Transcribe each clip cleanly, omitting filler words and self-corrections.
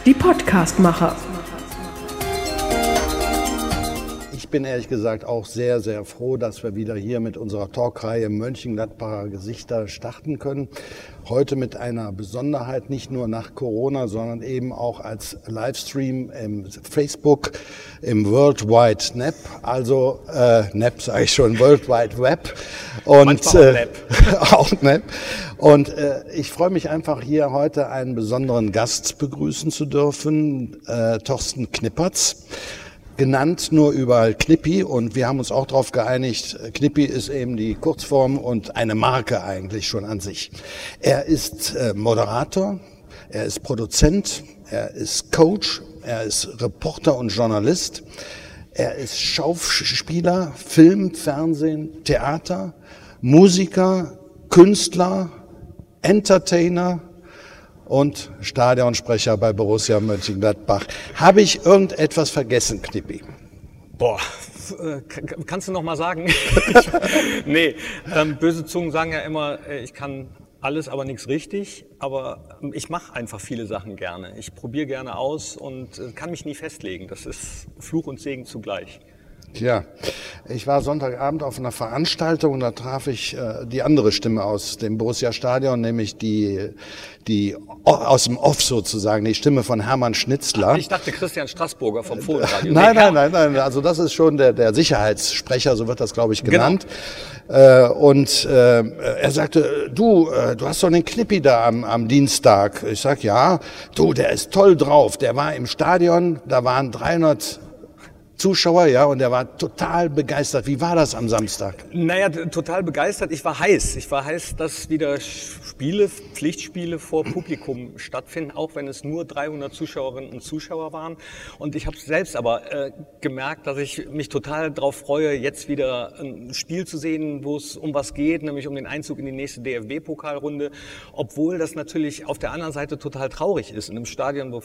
Die Podcastmacher. Ich bin ehrlich gesagt auch sehr, sehr froh, dass wir wieder hier mit unserer Talkreihe Mönchengladbacher Gesichter starten können. Heute mit einer Besonderheit, nicht nur nach Corona, sondern eben auch als Livestream im Facebook, im World Wide Web, also Web sage ich schon, World Wide Web. Und auch Web. Und ich freue mich einfach hier heute einen besonderen Gast begrüßen zu dürfen, Thorsten Knippertz. Genannt nur überall Knippi, und wir haben uns auch darauf geeinigt, Knippi ist eben die Kurzform und eine Marke eigentlich schon an sich. Er ist Moderator, er ist Produzent, er ist Coach, er ist Reporter und Journalist, er ist Schauspieler, Film, Fernsehen, Theater, Musiker, Künstler, Entertainer und Stadionsprecher bei Borussia Mönchengladbach. Habe ich irgendetwas vergessen, Knippi? Boah, kannst du noch mal sagen? Nee, böse Zungen sagen ja immer, ich kann alles, aber nichts richtig. Aber ich mache einfach viele Sachen gerne. Ich probiere gerne aus und kann mich nie festlegen. Das ist Fluch und Segen zugleich. Tja, ich war Sonntagabend auf einer Veranstaltung und da traf ich die andere Stimme aus dem Borussia-Stadion, nämlich die aus dem Off sozusagen, die Stimme von Hermann Schnitzler. Ach, ich dachte Christian Straßburger vom Fohlenradio. Nein, also das ist schon der Sicherheitssprecher, so wird das, glaube ich, genannt. Genau. Und er sagte, du hast doch den Knippi da am Dienstag. Ich sag, ja, der ist toll drauf, der war im Stadion, da waren 300 Zuschauer, ja, und er war total begeistert. Wie war das am Samstag? Naja, total begeistert. Ich war heiß, dass wieder Pflichtspiele vor Publikum stattfinden, auch wenn es nur 300 Zuschauerinnen und Zuschauer waren. Und ich habe selbst aber gemerkt, dass ich mich total darauf freue, jetzt wieder ein Spiel zu sehen, wo es um was geht, nämlich um den Einzug in die nächste DFB-Pokalrunde. Obwohl das natürlich auf der anderen Seite total traurig ist. In einem Stadion, wo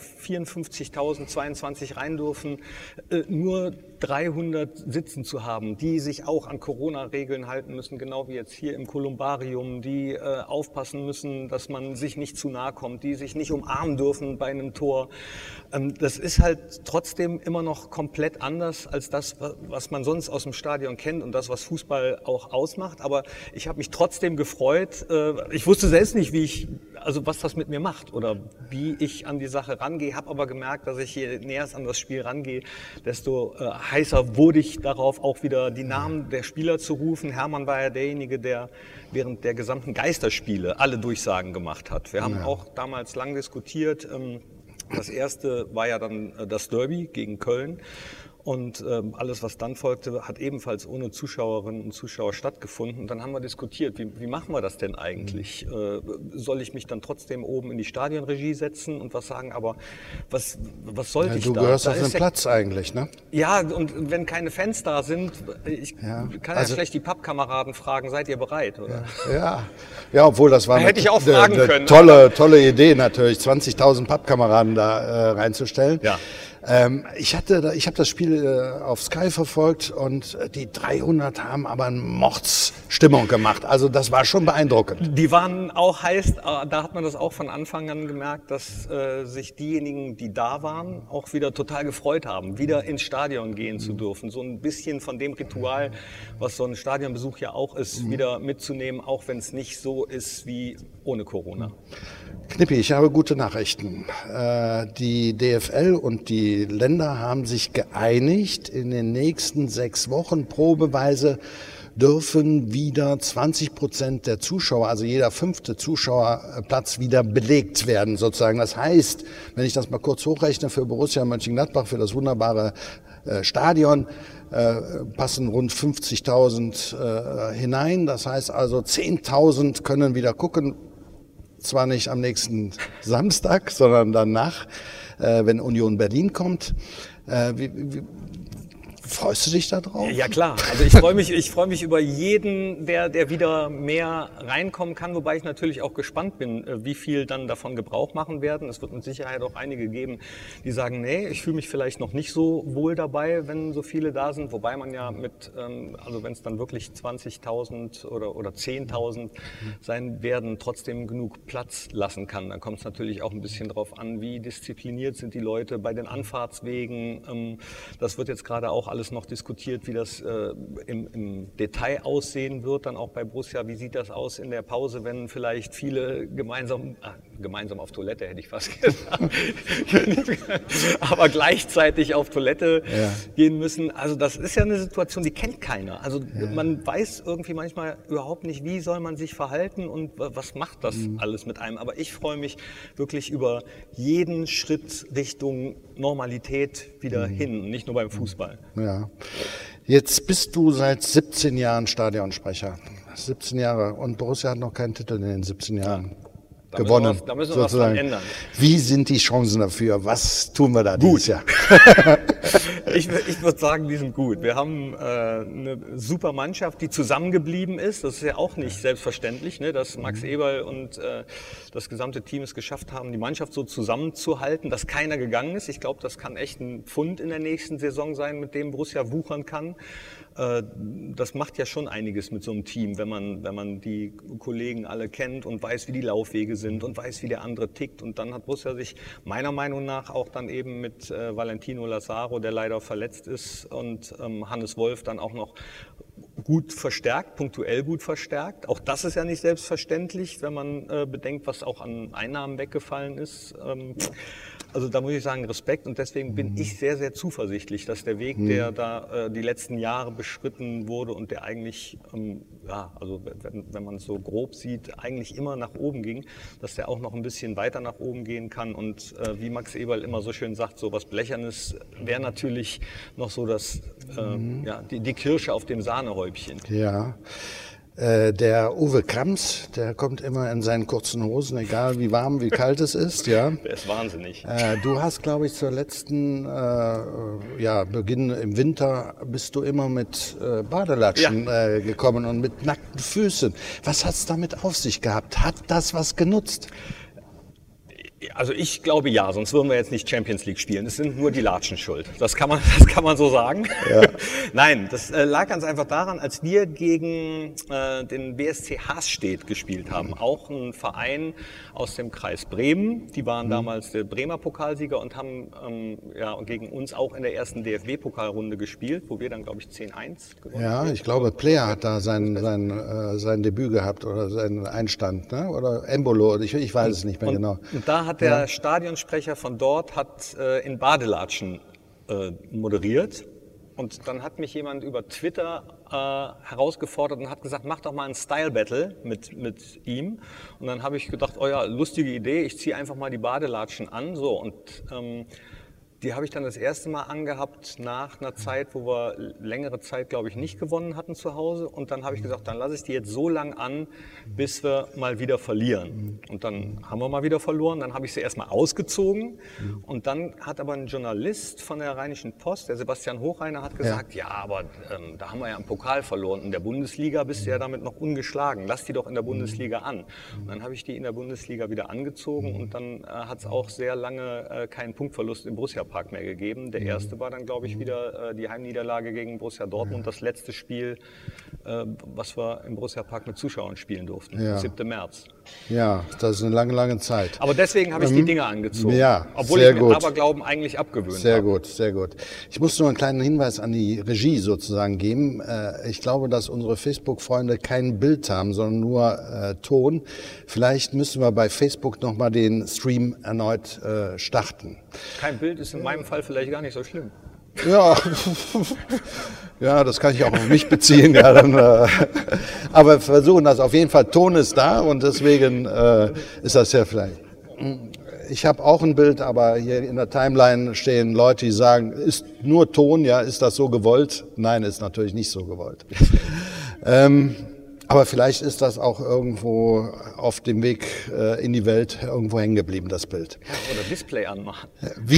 54.022 rein dürfen, nur 300 sitzen zu haben, die sich auch an Corona-Regeln halten müssen, genau wie jetzt hier im Kolumbarium, die aufpassen müssen, dass man sich nicht zu nahe kommt, die sich nicht umarmen dürfen bei einem Tor. Das ist halt trotzdem immer noch komplett anders als das, was man sonst aus dem Stadion kennt und das, was Fußball auch ausmacht. Aber ich habe mich trotzdem gefreut. Ich wusste selbst nicht, was das mit mir macht oder wie ich an die Sache rangehe, habe aber gemerkt, dass ich je näher an das Spiel rangehe, desto heißer wurde ich darauf, auch wieder die Namen der Spieler zu rufen. Hermann war ja derjenige, der während der gesamten Geisterspiele alle Durchsagen gemacht hat. Wir haben auch damals lang diskutiert. Das erste war ja dann das Derby gegen Köln. Und alles, was dann folgte, hat ebenfalls ohne Zuschauerinnen und Zuschauer stattgefunden. Und dann haben wir diskutiert, wie machen wir das denn eigentlich? Soll ich mich dann trotzdem oben in die Stadionregie setzen und was sagen? Aber was sollte ich da? Du gehörst auf den Platz eigentlich, ne? Ja, und wenn keine Fans da sind, ich kann ja schlecht die Pappkameraden fragen, seid ihr bereit? Oder? Ja, obwohl das war hätte ich auch fragen können. Tolle Idee natürlich, 20.000 Pappkameraden da reinzustellen. Ja. Ich habe das Spiel auf Sky verfolgt und die 300 haben aber eine Mordsstimmung gemacht. Also das war schon beeindruckend. Die waren auch heiß, da hat man das auch von Anfang an gemerkt, dass sich diejenigen, die da waren, auch wieder total gefreut haben, wieder ins Stadion gehen zu dürfen. So ein bisschen von dem Ritual, was so ein Stadionbesuch ja auch ist, wieder mitzunehmen, auch wenn es nicht so ist wie ohne Corona. Knippi, ich habe gute Nachrichten. Die DFL und die Länder haben sich geeinigt, in den nächsten 6 Wochen probeweise dürfen wieder 20% der Zuschauer, also jeder 5. Zuschauerplatz wieder belegt werden sozusagen. Das heißt, wenn ich das mal kurz hochrechne, für Borussia Mönchengladbach, für das wunderbare Stadion, passen rund 50.000 hinein. Das heißt also 10.000 können wieder gucken. Zwar nicht am nächsten Samstag, sondern danach, wenn Union Berlin kommt. Freust du dich da drauf? Ja klar, also ich freue mich über jeden, der wieder mehr reinkommen kann, wobei ich natürlich auch gespannt bin, wie viel dann davon Gebrauch machen werden. Es wird mit Sicherheit auch einige geben, die sagen, nee, ich fühle mich vielleicht noch nicht so wohl dabei, wenn so viele da sind, wobei man ja also wenn es dann wirklich 20.000 oder 10.000 sein werden, trotzdem genug Platz lassen kann. Dann kommt es natürlich auch ein bisschen drauf an, wie diszipliniert sind die Leute bei den Anfahrtswegen. Das wird jetzt gerade auch alles noch diskutiert, wie das im Detail aussehen wird, dann auch bei Borussia. Wie sieht das aus in der Pause, wenn vielleicht viele gemeinsam auf Toilette, hätte ich fast gesagt, aber gleichzeitig auf Toilette gehen müssen. Also das ist ja eine Situation, die kennt keiner. Also man weiß irgendwie manchmal überhaupt nicht, wie soll man sich verhalten und was macht das alles mit einem. Aber ich freue mich wirklich über jeden Schritt Richtung Normalität wieder hin, nicht nur beim Fußball. Ja. Jetzt bist du seit 17 Jahren Stadionsprecher. 17 Jahre. Und Borussia hat noch keinen Titel in den 17 Jahren gewonnen. Da müssen wir was dran ändern. Wie sind die Chancen dafür? Was tun wir da dieses Jahr? Ich würde sagen, die sind gut. Wir haben eine super Mannschaft, die zusammengeblieben ist. Das ist ja auch nicht selbstverständlich, ne, dass Max Eberl und das gesamte Team es geschafft haben, die Mannschaft so zusammenzuhalten, dass keiner gegangen ist. Ich glaube, das kann echt ein Pfund in der nächsten Saison sein, mit dem Borussia wuchern kann. Das macht ja schon einiges mit so einem Team, wenn man die Kollegen alle kennt und weiß, wie die Laufwege sind und weiß, wie der andere tickt. Und dann hat Borussia sich meiner Meinung nach auch dann eben mit Valentino Lazaro, der leider verletzt ist, und Hannes Wolf dann auch noch gut verstärkt, punktuell gut verstärkt. Auch das ist ja nicht selbstverständlich, wenn man bedenkt, was auch an Einnahmen weggefallen ist. Also da muss ich sagen, Respekt, und deswegen bin ich sehr, sehr zuversichtlich, dass der Weg, der da die letzten Jahre beschritten wurde und der eigentlich, also wenn man es so grob sieht, eigentlich immer nach oben ging, dass der auch noch ein bisschen weiter nach oben gehen kann. Und wie Max Eberl immer so schön sagt, so was Blechernes wäre natürlich noch so die Kirsche auf dem Sahnehäubchen. Ja. Der Uwe Kamps, der kommt immer in seinen kurzen Hosen, egal wie warm, wie kalt es ist. Ja. Der ist wahnsinnig. Du hast, glaube ich, zur letzten Beginn im Winter bist du immer mit Badelatschen gekommen und mit nackten Füßen. Was hat es damit auf sich gehabt? Hat das was genutzt? Also ich glaube ja, sonst würden wir jetzt nicht Champions League spielen. Es sind nur die Latschen schuld. Das kann man so sagen. Ja. Nein, das lag ganz einfach daran, als wir gegen den BSC Haßstedt gespielt haben. Auch ein Verein aus dem Kreis Bremen. Die waren damals der Bremer Pokalsieger und haben gegen uns auch in der ersten DFB-Pokalrunde gespielt, wo wir dann, glaube ich, 10-1 gewonnen haben. Ja, ich glaube, Player hat da sein Debüt gehabt oder seinen Einstand, ne? Oder Embolo, ich weiß es nicht mehr genau. Und da hat der Stadionsprecher von dort in Badelatschen moderiert. Und dann hat mich jemand über Twitter herausgefordert und hat gesagt, mach doch mal ein Style-Battle mit ihm. Und dann habe ich gedacht, oh ja, lustige Idee, ich ziehe einfach mal die Badelatschen an. So, und die habe ich dann das erste Mal angehabt nach einer Zeit, wo wir längere Zeit, glaube ich, nicht gewonnen hatten zu Hause. Und dann habe ich gesagt, dann lasse ich die jetzt so lang an, bis wir mal wieder verlieren. Und dann haben wir mal wieder verloren. Dann habe ich sie erstmal ausgezogen. Und dann hat aber ein Journalist von der Rheinischen Post, der Sebastian Hochreiner, hat gesagt, aber da haben wir ja im Pokal verloren. In der Bundesliga bist du ja damit noch ungeschlagen. Lass die doch in der Bundesliga an. Und dann habe ich die in der Bundesliga wieder angezogen. Und dann hat es auch sehr lange keinen Punktverlust im Borussia Park mehr gegeben. Der erste war dann, glaube ich, wieder die Heimniederlage gegen Borussia Dortmund. Das letzte Spiel, was wir im Borussia Park mit Zuschauern spielen durften, 7. März. Ja, das ist eine lange, lange Zeit. Aber deswegen habe ich die Dinger angezogen. Ja, obwohl sehr ich mir Aberglauben eigentlich abgewöhnt habe. Sehr gut, sehr gut. Ich muss nur einen kleinen Hinweis an die Regie sozusagen geben. Ich glaube, dass unsere Facebook-Freunde kein Bild haben, sondern nur Ton. Vielleicht müssen wir bei Facebook nochmal den Stream erneut starten. Kein Bild ist in meinem Fall vielleicht gar nicht so schlimm. Ja, das kann ich auch auf mich beziehen. Ja, dann, aber wir versuchen das auf jeden Fall. Ton ist da und deswegen ist das ja vielleicht. Ich habe auch ein Bild, aber hier in der Timeline stehen Leute, die sagen, ist nur Ton, ja, ist das so gewollt? Nein, ist natürlich nicht so gewollt. Aber vielleicht ist das auch irgendwo auf dem Weg in die Welt irgendwo hängen geblieben, das Bild. Oder Display anmachen.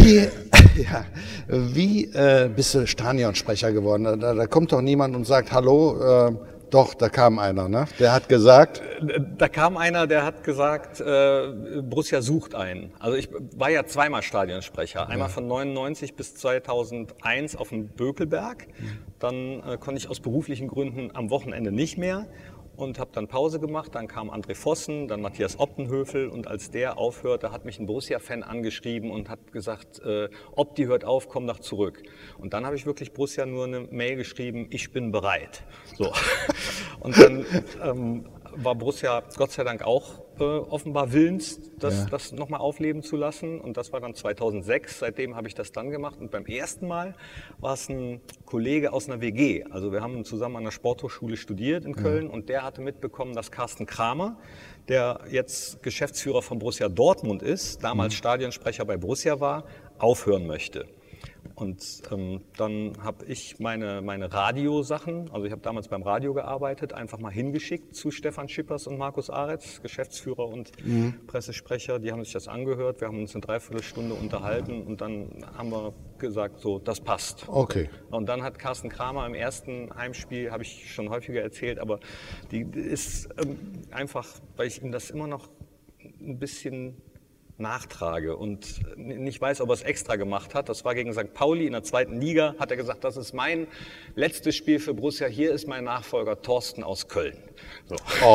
Wie bist du Stadionsprecher geworden? Da kommt doch niemand und sagt, hallo, doch, da kam einer, ne? Der hat gesagt... Da kam einer, der hat gesagt, Borussia sucht einen. Also ich war ja zweimal Stadionsprecher. Einmal von 99 bis 2001 auf dem Bökelberg. Dann konnte ich aus beruflichen Gründen am Wochenende nicht mehr und habe dann Pause gemacht. Dann kam André Vossen, dann Matthias Optenhöfel und als der aufhörte, hat mich ein Borussia-Fan angeschrieben und hat gesagt, Opti hört auf, komm nach zurück. Und dann habe ich wirklich Borussia nur eine Mail geschrieben, ich bin bereit. So. Und dann war Borussia Gott sei Dank auch offenbar willens, das nochmal aufleben zu lassen. Und das war dann 2006. Seitdem habe ich das dann gemacht. Und beim ersten Mal war es ein Kollege aus einer WG. Also wir haben zusammen an der Sporthochschule studiert in Köln. Und der hatte mitbekommen, dass Carsten Kramer, der jetzt Geschäftsführer von Borussia Dortmund ist, damals Stadionsprecher bei Borussia war, aufhören möchte. Und dann habe ich meine Radiosachen, also ich habe damals beim Radio gearbeitet, einfach mal hingeschickt zu Stefan Schippers und Markus Aretz, Geschäftsführer und Pressesprecher. Die haben sich das angehört, wir haben uns eine Dreiviertelstunde unterhalten und dann haben wir gesagt, so, das passt. Okay. Und dann hat Carsten Kramer im ersten Heimspiel, habe ich schon häufiger erzählt, aber die ist einfach, weil ich ihm das immer noch ein bisschen nachtrage und nicht weiß, ob er es extra gemacht hat. Das war gegen St. Pauli in der 2. Liga, hat er gesagt, das ist mein letztes Spiel für Borussia, hier ist mein Nachfolger Thorsten aus Köln. So.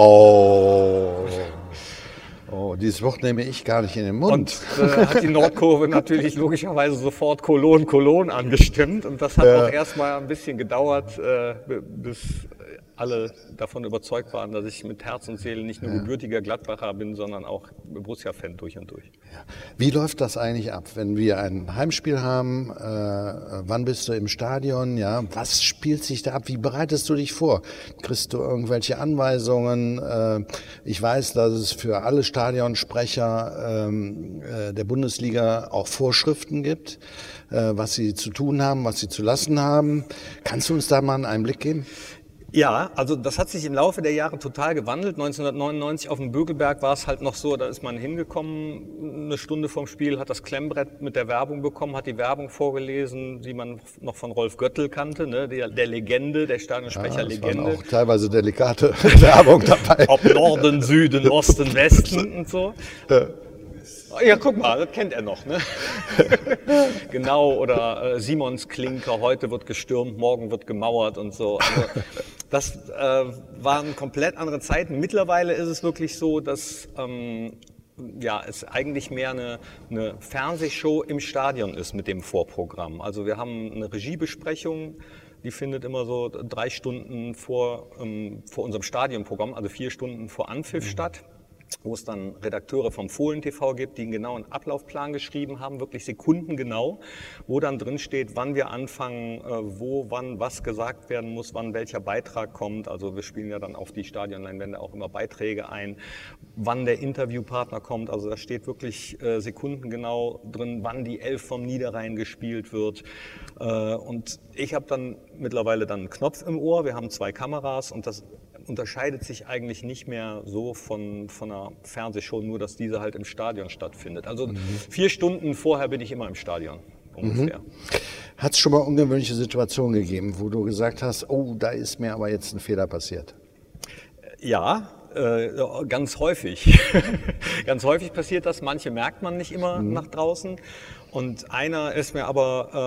Oh, dieses Wort nehme ich gar nicht in den Mund. Und hat die Nordkurve natürlich logischerweise sofort Kolon angestimmt und das hat auch erstmal ein bisschen gedauert, bis alle davon überzeugt waren, dass ich mit Herz und Seele nicht nur gebürtiger Gladbacher bin, sondern auch Borussia-Fan durch und durch. Ja. Wie läuft das eigentlich ab, wenn wir ein Heimspiel haben? Wann bist du im Stadion? Ja, was spielt sich da ab? Wie bereitest du dich vor? Kriegst du irgendwelche Anweisungen? Ich weiß, dass es für alle Stadionsprecher der Bundesliga auch Vorschriften gibt, was sie zu tun haben, was sie zu lassen haben. Kannst du uns da mal einen Einblick geben? Ja, also das hat sich im Laufe der Jahre total gewandelt. 1999 auf dem Bökelberg war es halt noch so, da ist man hingekommen, eine Stunde vorm Spiel, hat das Klemmbrett mit der Werbung bekommen, hat die Werbung vorgelesen, die man noch von Rolf Göttl kannte, ne? der Legende, der Stadionsprecher-Legende. Ja, es waren auch teilweise delikate Werbung dabei. Ob Norden, Süden, Osten, Westen und so. Ja, guck mal, das kennt er noch, ne? Genau, oder Simons Klinker, heute wird gestürmt, morgen wird gemauert und so. Also, das waren komplett andere Zeiten. Mittlerweile ist es wirklich so, dass es eigentlich mehr eine Fernsehshow im Stadion ist mit dem Vorprogramm. Also wir haben eine Regiebesprechung, die findet immer so 3 Stunden vor unserem Stadionprogramm, also 4 Stunden vor Anpfiff statt, wo es dann Redakteure vom Fohlen TV gibt, die einen genauen Ablaufplan geschrieben haben, wirklich sekundengenau, wo dann drin steht, wann wir anfangen, wo, wann, was gesagt werden muss, wann welcher Beitrag kommt. Also wir spielen ja dann auf die Stadionleinwände auch immer Beiträge ein, wann der Interviewpartner kommt. Also da steht wirklich sekundengenau drin, wann die 11 vom Niederrhein gespielt wird. Und ich habe dann mittlerweile dann einen Knopf im Ohr, wir haben 2 Kameras und das unterscheidet sich eigentlich nicht mehr so von einer Fernsehshow, nur dass diese halt im Stadion stattfindet. Also 4 Stunden vorher bin ich immer im Stadion ungefähr. Hat es schon mal ungewöhnliche Situationen gegeben, wo du gesagt hast, oh, da ist mir aber jetzt ein Fehler passiert? Ja, ganz häufig. Ganz häufig passiert das. Manche merkt man nicht immer nach draußen. Und einer ist mir aber,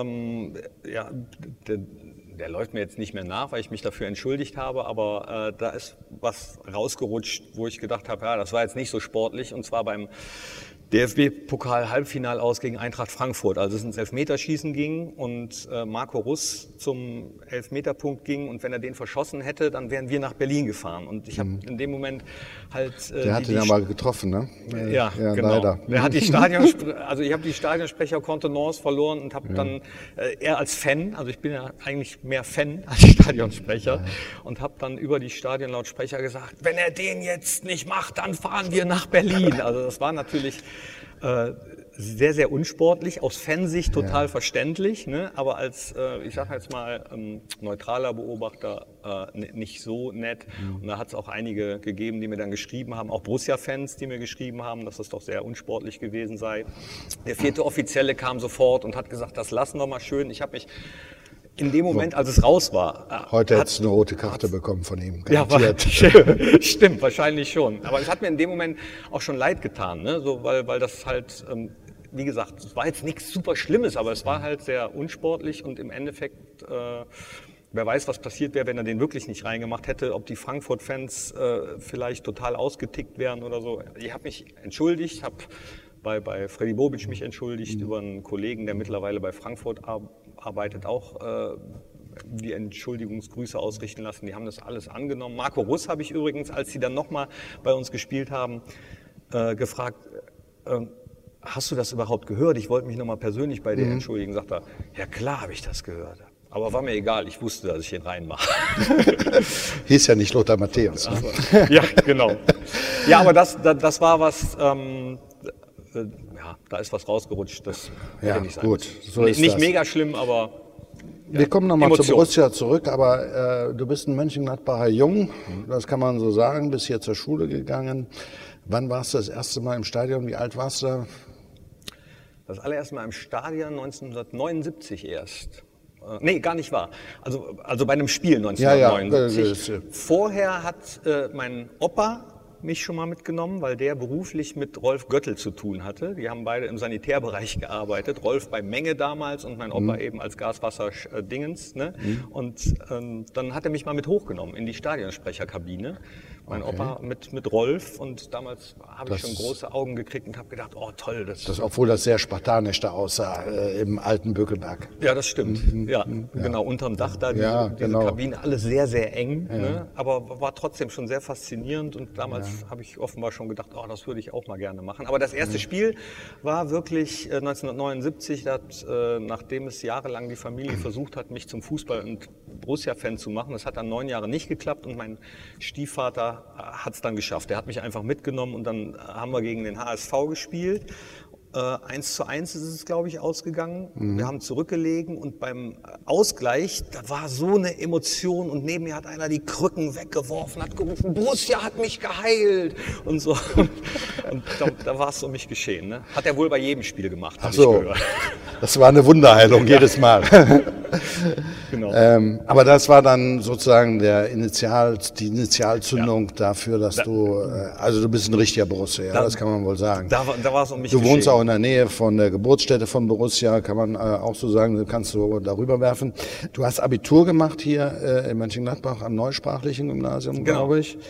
der läuft mir jetzt nicht mehr nach, weil ich mich dafür entschuldigt habe, aber da ist was rausgerutscht, wo ich gedacht habe, ja, das war jetzt nicht so sportlich, und zwar beim DFB-Pokal-Halbfinal aus gegen Eintracht Frankfurt, als es ins Elfmeterschießen ging und Marco Russ zum Elfmeterpunkt ging, und wenn er den verschossen hätte, dann wären wir nach Berlin gefahren, und ich habe in dem Moment halt... Der hat ihn aber getroffen, ne? Ja, genau. Leider. Der hat ich habe die Stadionsprecher-Kontenance verloren und habe dann, eher als Fan, also ich bin ja eigentlich mehr Fan als Stadionsprecher, und habe dann über die Stadionlautsprecher gesagt, wenn er den jetzt nicht macht, dann fahren wir nach Berlin. Also das war natürlich Sehr, sehr unsportlich, aus Fansicht total verständlich, ne? Aber als, ich sage jetzt mal, neutraler Beobachter nicht so nett. Und da hat es auch einige gegeben, die mir dann geschrieben haben, auch Borussia-Fans, die mir geschrieben haben, dass das doch sehr unsportlich gewesen sei. Der 4. Offizielle kam sofort und hat gesagt, das lassen wir mal schön. Ich habe mich in dem Moment, als es raus war... Heute hättest du eine rote Karte bekommen von ihm. Ja, stimmt, wahrscheinlich schon. Aber es hat mir in dem Moment auch schon leid getan, ne? So, weil das halt... wie gesagt, es war jetzt nichts super Schlimmes, aber es war halt sehr unsportlich und im Endeffekt, wer weiß, was passiert wäre, wenn er den wirklich nicht reingemacht hätte, ob die Frankfurt-Fans vielleicht total ausgetickt wären oder so. Ich habe mich entschuldigt, habe bei Freddy Bobic mich entschuldigt, über einen Kollegen, der mittlerweile bei Frankfurt arbeitet, auch die Entschuldigungsgrüße ausrichten lassen. Die haben das alles angenommen. Marco Russ habe ich übrigens, als sie dann nochmal bei uns gespielt haben, gefragt, hast du das überhaupt gehört? Ich wollte mich nochmal persönlich bei dir entschuldigen. Sagt er, ja klar habe ich das gehört. Aber war mir egal, ich wusste, dass ich ihn reinmache. Hieß ja nicht Lothar Matthäus. Ne? Ja, genau. Ja, aber das war was, da ist was rausgerutscht. Das hätte nicht sein gut, so müssen. ist Nicht das. mega schlimm, aber... Wir kommen nochmal zu Borussia zurück, aber du bist ein Mönchengladbacher Jung, das kann man so sagen, bist hier zur Schule gegangen. Wann warst du das erste Mal im Stadion? Wie alt warst du da? Das allererste Mal im Stadion 1979 erst. Nee, gar nicht wahr. Also bei einem Spiel 1979. Ja. Vorher hat mein Opa mich schon mal mitgenommen, weil der beruflich mit Rolf Göttel zu tun hatte. Die haben beide im Sanitärbereich gearbeitet. Rolf bei Menge damals und mein Opa eben als Gaswasser-Dingens. Ne? Und dann hat er mich mal mit hochgenommen in die Stadionsprecherkabine. Mein Opa mit Rolf, und damals habe ich schon große Augen gekriegt und habe gedacht, oh toll. Obwohl das sehr spartanisch da aussah im alten Bückelberg. Ja, das stimmt. Genau, unterm Dach da, diese Kabine, alles sehr, sehr eng. Ja. Ne? Aber war trotzdem schon sehr faszinierend, und damals habe ich offenbar schon gedacht, oh, das würde ich auch mal gerne machen. Aber das erste Spiel war wirklich 1979, nachdem es jahrelang die Familie versucht hat, mich zum Fußball- und Borussia-Fan zu machen. Das hat dann 9 Jahre nicht geklappt, und mein Stiefvater hat es dann geschafft. Der hat mich einfach mitgenommen, und dann haben wir gegen den HSV gespielt. 1:1 ist es, glaube ich, ausgegangen. Wir haben zurückgelegen, und beim Ausgleich, da war so eine Emotion, und neben mir hat einer die Krücken weggeworfen, hat gerufen, Borussia hat mich geheilt und so. Und da war es um mich geschehen. Ne? Hat er wohl bei jedem Spiel gemacht, habe ich gehört. Das war eine Wunderheilung jedes Mal. Genau. Aber das war dann sozusagen die Initialzündung dafür, dass du bist ein richtiger Borussia, das kann man wohl sagen. Da war es um mich Du geschehen. wohnst auch in der Nähe von der Geburtsstätte von Borussia, kann man auch so sagen, kannst du darüber werfen. Du hast Abitur gemacht hier in Mönchengladbach am Neusprachlichen Gymnasium, glaube ich.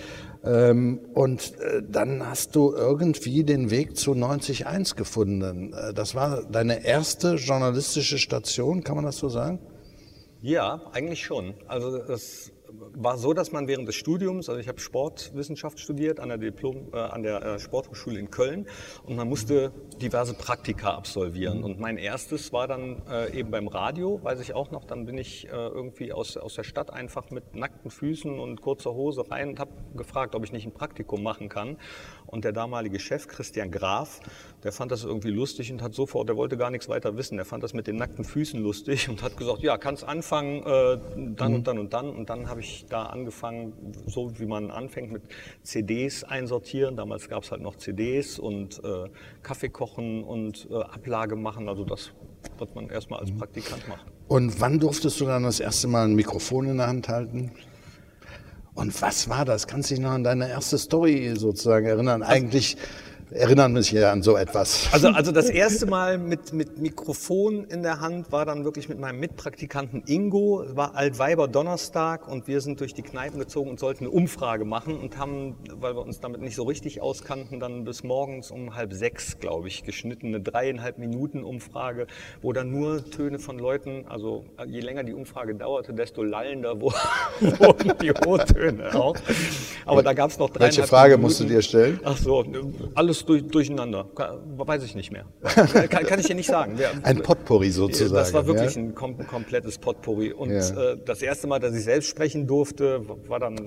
Und dann hast du irgendwie den Weg zu 90.1 gefunden. Das war deine erste journalistische Station, kann man das so sagen? Ja, eigentlich schon. Also es war so, dass man während des Studiums, also ich habe Sportwissenschaft studiert an der Sporthochschule in Köln, und man musste diverse Praktika absolvieren. Und mein erstes war dann eben beim Radio, weiß ich auch noch. Dann bin ich irgendwie aus der Stadt einfach mit nackten Füßen und kurzer Hose rein und habe gefragt, ob ich nicht ein Praktikum machen kann. Und der damalige Chef, Christian Graf, der fand das irgendwie lustig und der wollte gar nichts weiter wissen. Der fand das mit den nackten Füßen lustig und hat gesagt, ja, kannst anfangen, dann und dann und dann. Und dann habe ich da angefangen, so wie man anfängt, mit CDs einsortieren. Damals gab es halt noch CDs und Kaffee kochen und Ablage machen. Also das, was man erstmal als Praktikant macht. Und wann durftest du dann das erste Mal ein Mikrofon in der Hand halten? Und was war das? Kannst du dich noch an deine erste Story sozusagen erinnern? Eigentlich erinnern mich ja an so etwas. Also das erste Mal mit Mikrofon in der Hand war dann wirklich mit meinem Mitpraktikanten Ingo. Es war Altweiber Donnerstag, und wir sind durch die Kneipen gezogen und sollten eine Umfrage machen und haben, weil wir uns damit nicht so richtig auskannten, dann bis morgens um 5:30, glaube ich, geschnitten, eine 3,5 Minuten Umfrage, wo dann nur Töne von Leuten, also je länger die Umfrage dauerte, desto lallender wurden die O-Töne auch. Aber da gab es noch 3,5 Welche Frage Minuten. Musst du dir stellen? Ach so, alles durcheinander. Weiß ich nicht mehr. Kann ich dir nicht sagen. Ein Potpourri sozusagen. Das war wirklich ein komplettes Potpourri. Und das erste Mal, dass ich selbst sprechen durfte, war dann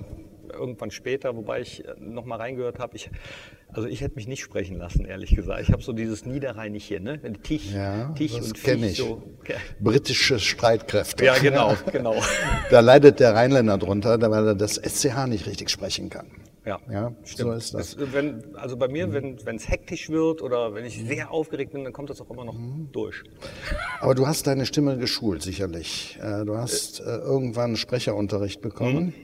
irgendwann später, wobei ich noch mal reingehört habe, ich hätte mich nicht sprechen lassen, ehrlich gesagt. Ich habe so dieses Niederrheinische, ne? Tich das und kenne ich. So. Britische Streitkräfte. Ja, genau. Da leidet der Rheinländer drunter, weil er das SCH nicht richtig sprechen kann. Ja, stimmt. So ist das. Also bei mir, wenn es hektisch wird oder wenn ich sehr aufgeregt bin, dann kommt das auch immer noch durch. Aber du hast deine Stimme geschult, sicherlich. Du hast irgendwann Sprecherunterricht bekommen.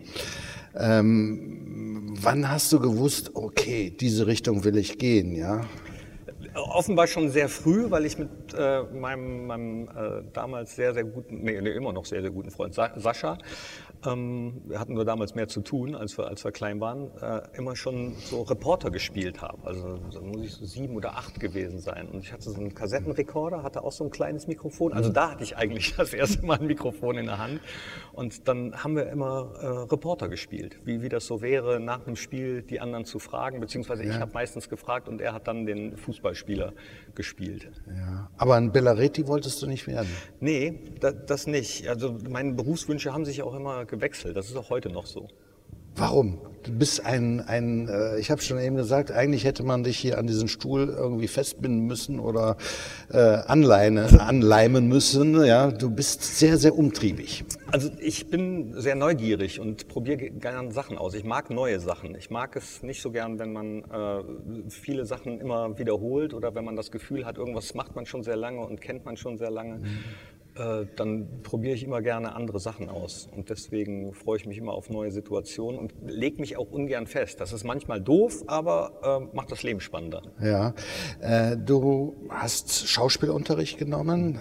Wann hast du gewusst, okay, diese Richtung will ich gehen, ja? Offenbar schon sehr früh, weil ich mit meinem damals sehr, sehr guten, immer noch sehr, sehr guten Freund Sascha, wir hatten nur damals mehr zu tun, als wir klein waren, immer schon so Reporter gespielt haben. Also da muss ich so 7 oder 8 gewesen sein. Und ich hatte so einen Kassettenrekorder, hatte auch so ein kleines Mikrofon. Also da hatte ich eigentlich das erste Mal ein Mikrofon in der Hand. Und dann haben wir immer Reporter gespielt, wie das so wäre, nach einem Spiel die anderen zu fragen, beziehungsweise ich habe meistens gefragt und er hat dann den Fußballspieler gespielt. Ja. Aber ein Bellaretti wolltest du nicht werden? Nee, das nicht. Also meine Berufswünsche haben sich auch immer gewechselt. Das ist auch heute noch so. Warum? Du bist ich habe schon eben gesagt, eigentlich hätte man dich hier an diesen Stuhl irgendwie festbinden müssen oder anleimen müssen. Ja, du bist sehr, sehr umtriebig. Also ich bin sehr neugierig und probiere gerne Sachen aus. Ich mag neue Sachen. Ich mag es nicht so gern, wenn man viele Sachen immer wiederholt oder wenn man das Gefühl hat, irgendwas macht man schon sehr lange und kennt man schon sehr lange. Dann probiere ich immer gerne andere Sachen aus. Und deswegen freue ich mich immer auf neue Situationen und lege mich auch ungern fest. Das ist manchmal doof, aber macht das Leben spannender. Ja, du hast Schauspielunterricht genommen.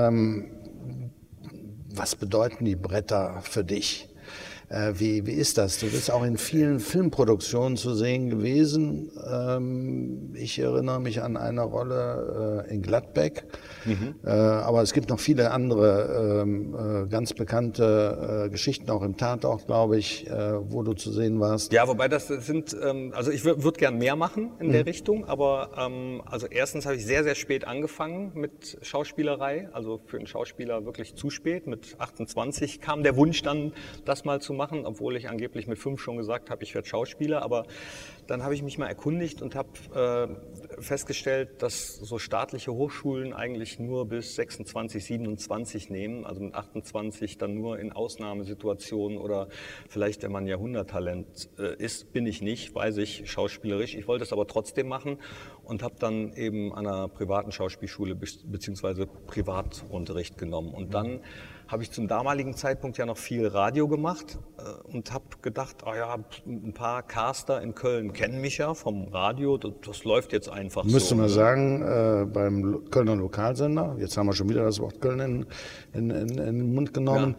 Was bedeuten die Bretter für dich? Wie ist das? Du bist auch in vielen Filmproduktionen zu sehen gewesen. Ich erinnere mich an eine Rolle in Gladbeck. Aber es gibt noch viele andere ganz bekannte Geschichten, auch im Tatort, glaube ich, wo du zu sehen warst. Ja, wobei das sind, also ich würde gern mehr machen in der Richtung, aber also erstens habe ich sehr, sehr spät angefangen mit Schauspielerei, also für einen Schauspieler wirklich zu spät. Mit 28 kam der Wunsch dann, das mal zu machen, obwohl ich angeblich mit 5 schon gesagt habe, ich werde Schauspieler, aber dann habe ich mich mal erkundigt und habe festgestellt, dass so staatliche Hochschulen eigentlich nur bis 26, 27 nehmen, also mit 28 dann nur in Ausnahmesituationen oder vielleicht, wenn man Jahrhunderttalent ist, bin ich nicht, weiß ich, schauspielerisch. Ich wollte es aber trotzdem machen und habe dann eben an einer privaten Schauspielschule beziehungsweise Privatunterricht genommen. Und dann habe ich zum damaligen Zeitpunkt ja noch viel Radio gemacht und habe gedacht, ein paar Caster in Köln kennen mich ja vom Radio, das läuft jetzt einfach so. Müsste man sagen, beim Kölner Lokalsender, jetzt haben wir schon wieder das Wort Köln in den Mund genommen,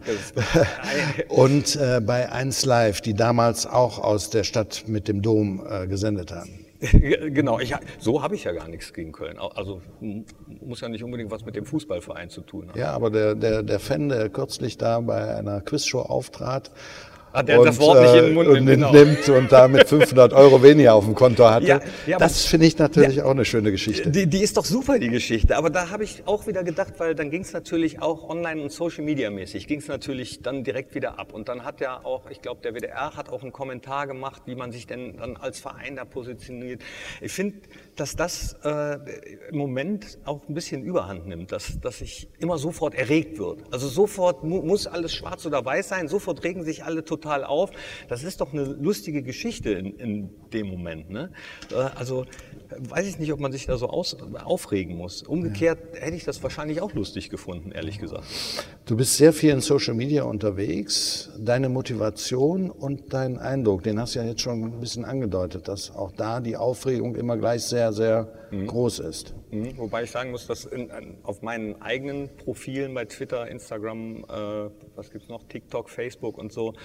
und bei 1 Live, die damals auch aus der Stadt mit dem Dom gesendet haben. Genau, so habe ich ja gar nichts gegen Köln. Also muss ja nicht unbedingt was mit dem Fußballverein zu tun haben. Ja, aber der Fan, der kürzlich da bei einer Quizshow auftrat, der das Wort nicht in den Mund nimmt und damit 500 € weniger auf dem Konto hatte. Das finde ich natürlich auch eine schöne Geschichte. Die ist doch super, die Geschichte. Aber da habe ich auch wieder gedacht, weil dann ging es natürlich auch online und Social Media mäßig, ging es natürlich dann direkt wieder ab. Und dann hat ja auch, ich glaube, der WDR hat auch einen Kommentar gemacht, wie man sich denn dann als Verein da positioniert. Ich finde, dass das im Moment auch ein bisschen Überhand nimmt, dass sich immer sofort erregt wird. Also sofort muss alles schwarz oder weiß sein, sofort regen sich alle total auf. Das ist doch eine lustige Geschichte in dem Moment. Ne? Also weiß ich nicht, ob man sich da so aufregen muss. Umgekehrt hätte ich das wahrscheinlich auch lustig gefunden, ehrlich gesagt. Du bist sehr viel in Social Media unterwegs. Deine Motivation und dein Eindruck, den hast du ja jetzt schon ein bisschen angedeutet, dass auch da die Aufregung immer gleich sehr, sehr groß ist. Wobei ich sagen muss, dass auf meinen eigenen Profilen bei Twitter, Instagram, was gibt's noch, TikTok, Facebook und so,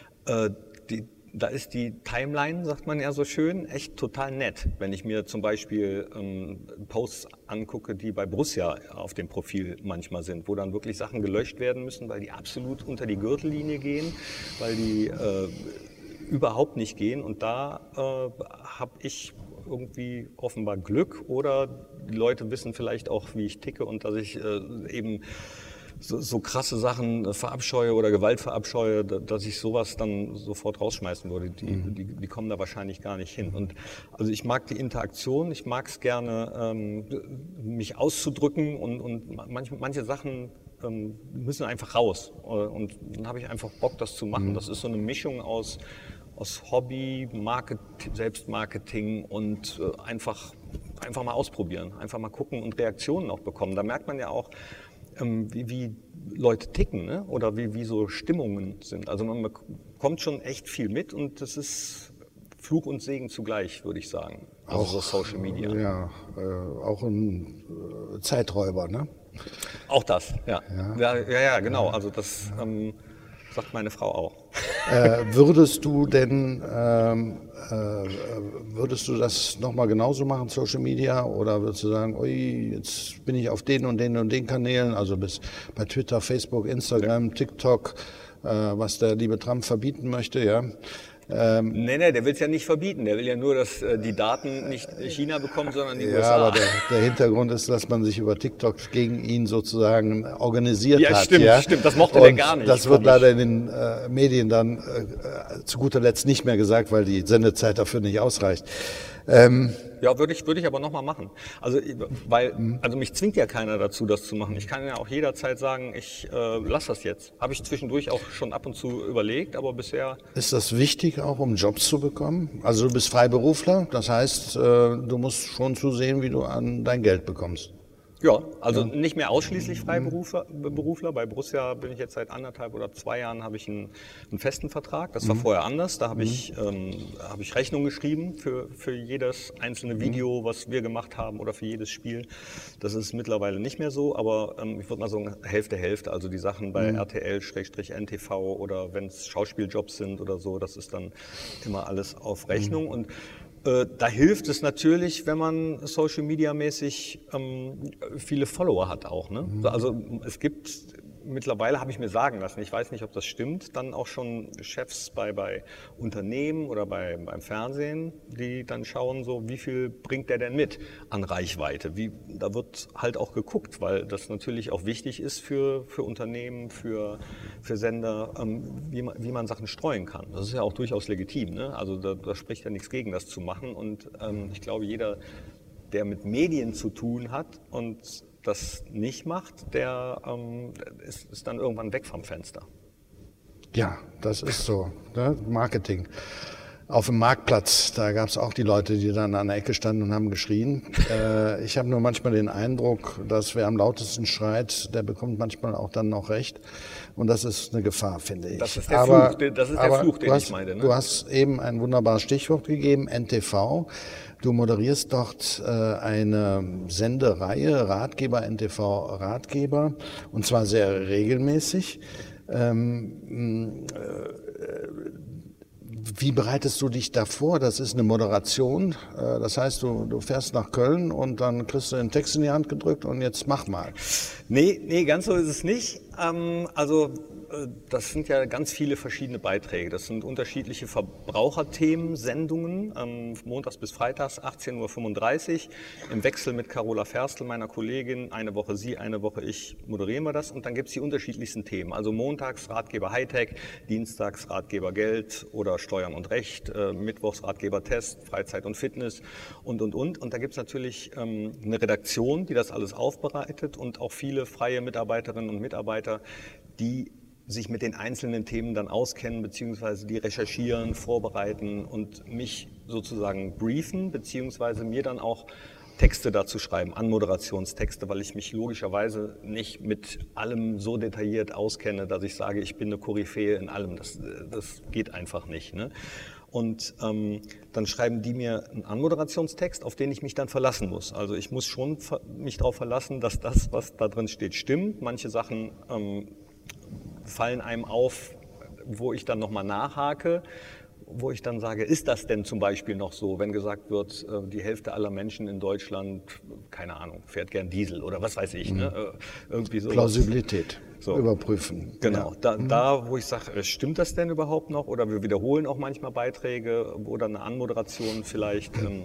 da ist die Timeline, sagt man ja so schön, echt total nett. Wenn ich mir zum Beispiel Posts angucke, die bei Borussia auf dem Profil manchmal sind, wo dann wirklich Sachen gelöscht werden müssen, weil die absolut unter die Gürtellinie gehen, weil die überhaupt nicht gehen. Und da habe ich irgendwie offenbar Glück oder die Leute wissen vielleicht auch, wie ich ticke und dass ich eben so krasse Sachen verabscheue oder Gewalt verabscheue, dass ich sowas dann sofort rausschmeißen würde. Die kommen da wahrscheinlich gar nicht hin. Und also ich mag die Interaktion, ich mag es gerne, mich auszudrücken und manche Sachen müssen einfach raus. Und dann habe ich einfach Bock, das zu machen. Das ist so eine Mischung aus Hobby, Selbstmarketing und einfach mal ausprobieren, einfach mal gucken und Reaktionen auch bekommen. Da merkt man ja auch, wie Leute ticken, ne? Oder wie so Stimmungen sind. Also man bekommt schon echt viel mit und das ist Fluch und Segen zugleich, würde ich sagen. Also Auch so Social Media. Ja, auch ein Zeiträuber, ne? Auch das, ja. Ja, genau. Also das sagt meine Frau auch. Würdest du denn, würdest du das nochmal genauso machen, Social Media, oder würdest du sagen, ui, jetzt bin ich auf den und den Kanälen, also bis bei Twitter, Facebook, Instagram, TikTok, was der liebe Trump verbieten möchte, ja? Nee, der will es ja nicht verbieten. Der will ja nur, dass die Daten nicht China bekommen, sondern die USA. Ja, aber der Hintergrund ist, dass man sich über TikTok gegen ihn sozusagen organisiert hat. Stimmt, ja, stimmt. Das mochte und der gar nicht. Das wird leider in den Medien dann zu guter Letzt nicht mehr gesagt, weil die Sendezeit dafür nicht ausreicht. Ja, würde ich aber nochmal machen. Also, also mich zwingt ja keiner dazu, das zu machen. Ich kann ja auch jederzeit sagen, ich lasse das jetzt. Habe ich zwischendurch auch schon ab und zu überlegt, aber bisher... Ist das wichtig auch, um Jobs zu bekommen? Also du bist Freiberufler, das heißt, du musst schon zusehen, wie du an dein Geld bekommst. Ja, also nicht mehr ausschließlich Freiberufler. Bei Borussia bin ich jetzt seit 1,5 oder 2 Jahren, habe ich einen festen Vertrag. Das war vorher anders. Da habe ich Rechnung geschrieben für jedes einzelne Video, was wir gemacht haben oder für jedes Spiel. Das ist mittlerweile nicht mehr so, aber ich würde mal sagen Hälfte. Also die Sachen bei RTL/NTV oder wenn es Schauspieljobs sind oder so, das ist dann immer alles auf Rechnung. Und da hilft es natürlich, wenn man Social Media mäßig viele Follower hat auch. Ne? Also es gibt, mittlerweile habe ich mir sagen lassen, ich weiß nicht, ob das stimmt, dann auch schon Chefs bei Unternehmen oder beim Fernsehen, die dann schauen, so wie viel bringt der denn mit an Reichweite. Da wird halt auch geguckt, weil das natürlich auch wichtig ist für Unternehmen, für Sender, wie man Sachen streuen kann. Das ist ja auch durchaus legitim. Ne? Also da spricht ja nichts gegen, das zu machen. Und ich glaube, jeder, der mit Medien zu tun hat und das nicht macht, der ist dann irgendwann weg vom Fenster. Ja, das ist so, ne? Marketing. Auf dem Marktplatz, da gab es auch die Leute, die dann an der Ecke standen und haben geschrien. Ich habe nur manchmal den Eindruck, dass wer am lautesten schreit, der bekommt manchmal auch dann noch recht. Und das ist eine Gefahr, finde ich. Das ist der Fluch, den ich meine. Ne? Du hast eben ein wunderbares Stichwort gegeben, NTV. Du moderierst dort eine Sendereihe, Ratgeber, NTV Ratgeber, und zwar sehr regelmäßig. Wie bereitest du dich da vor? Das ist eine Moderation. Das heißt, du fährst nach Köln und dann kriegst du den Text in die Hand gedrückt und jetzt mach mal. Nee, ganz so ist es nicht. Also das sind ja ganz viele verschiedene Beiträge. Das sind unterschiedliche Verbraucherthemen, Sendungen, montags bis freitags, 18:35 Uhr, im Wechsel mit Carola Ferstl, meiner Kollegin. Eine Woche sie, eine Woche ich, moderieren wir das. Und dann gibt es die unterschiedlichsten Themen. Also montags Ratgeber Hightech, dienstags Ratgeber Geld oder Steuern und Recht, mittwochs Ratgeber Test, Freizeit und Fitness und. Und da gibt es natürlich eine Redaktion, die das alles aufbereitet und auch viele freie Mitarbeiterinnen und Mitarbeiter, die sich mit den einzelnen Themen dann auskennen, beziehungsweise die recherchieren, vorbereiten und mich sozusagen briefen, beziehungsweise mir dann auch Texte dazu schreiben, Anmoderationstexte, weil ich mich logischerweise nicht mit allem so detailliert auskenne, dass ich sage, ich bin eine Koryphäe in allem. Das geht einfach nicht. Ne? Und dann schreiben die mir einen Anmoderationstext, auf den ich mich dann verlassen muss. Also ich muss schon mich darauf verlassen, dass das, was da drin steht, stimmt. Manche Sachen fallen einem auf, wo ich dann nochmal nachhake, wo ich dann sage, ist das denn zum Beispiel noch so, wenn gesagt wird, die Hälfte aller Menschen in Deutschland, keine Ahnung, fährt gern Diesel oder was weiß ich. Ne? Irgendwie so. Plausibilität überprüfen. Genau, da wo ich sage, stimmt das denn überhaupt noch? Oder wir wiederholen auch manchmal Beiträge, wo dann eine Anmoderation vielleicht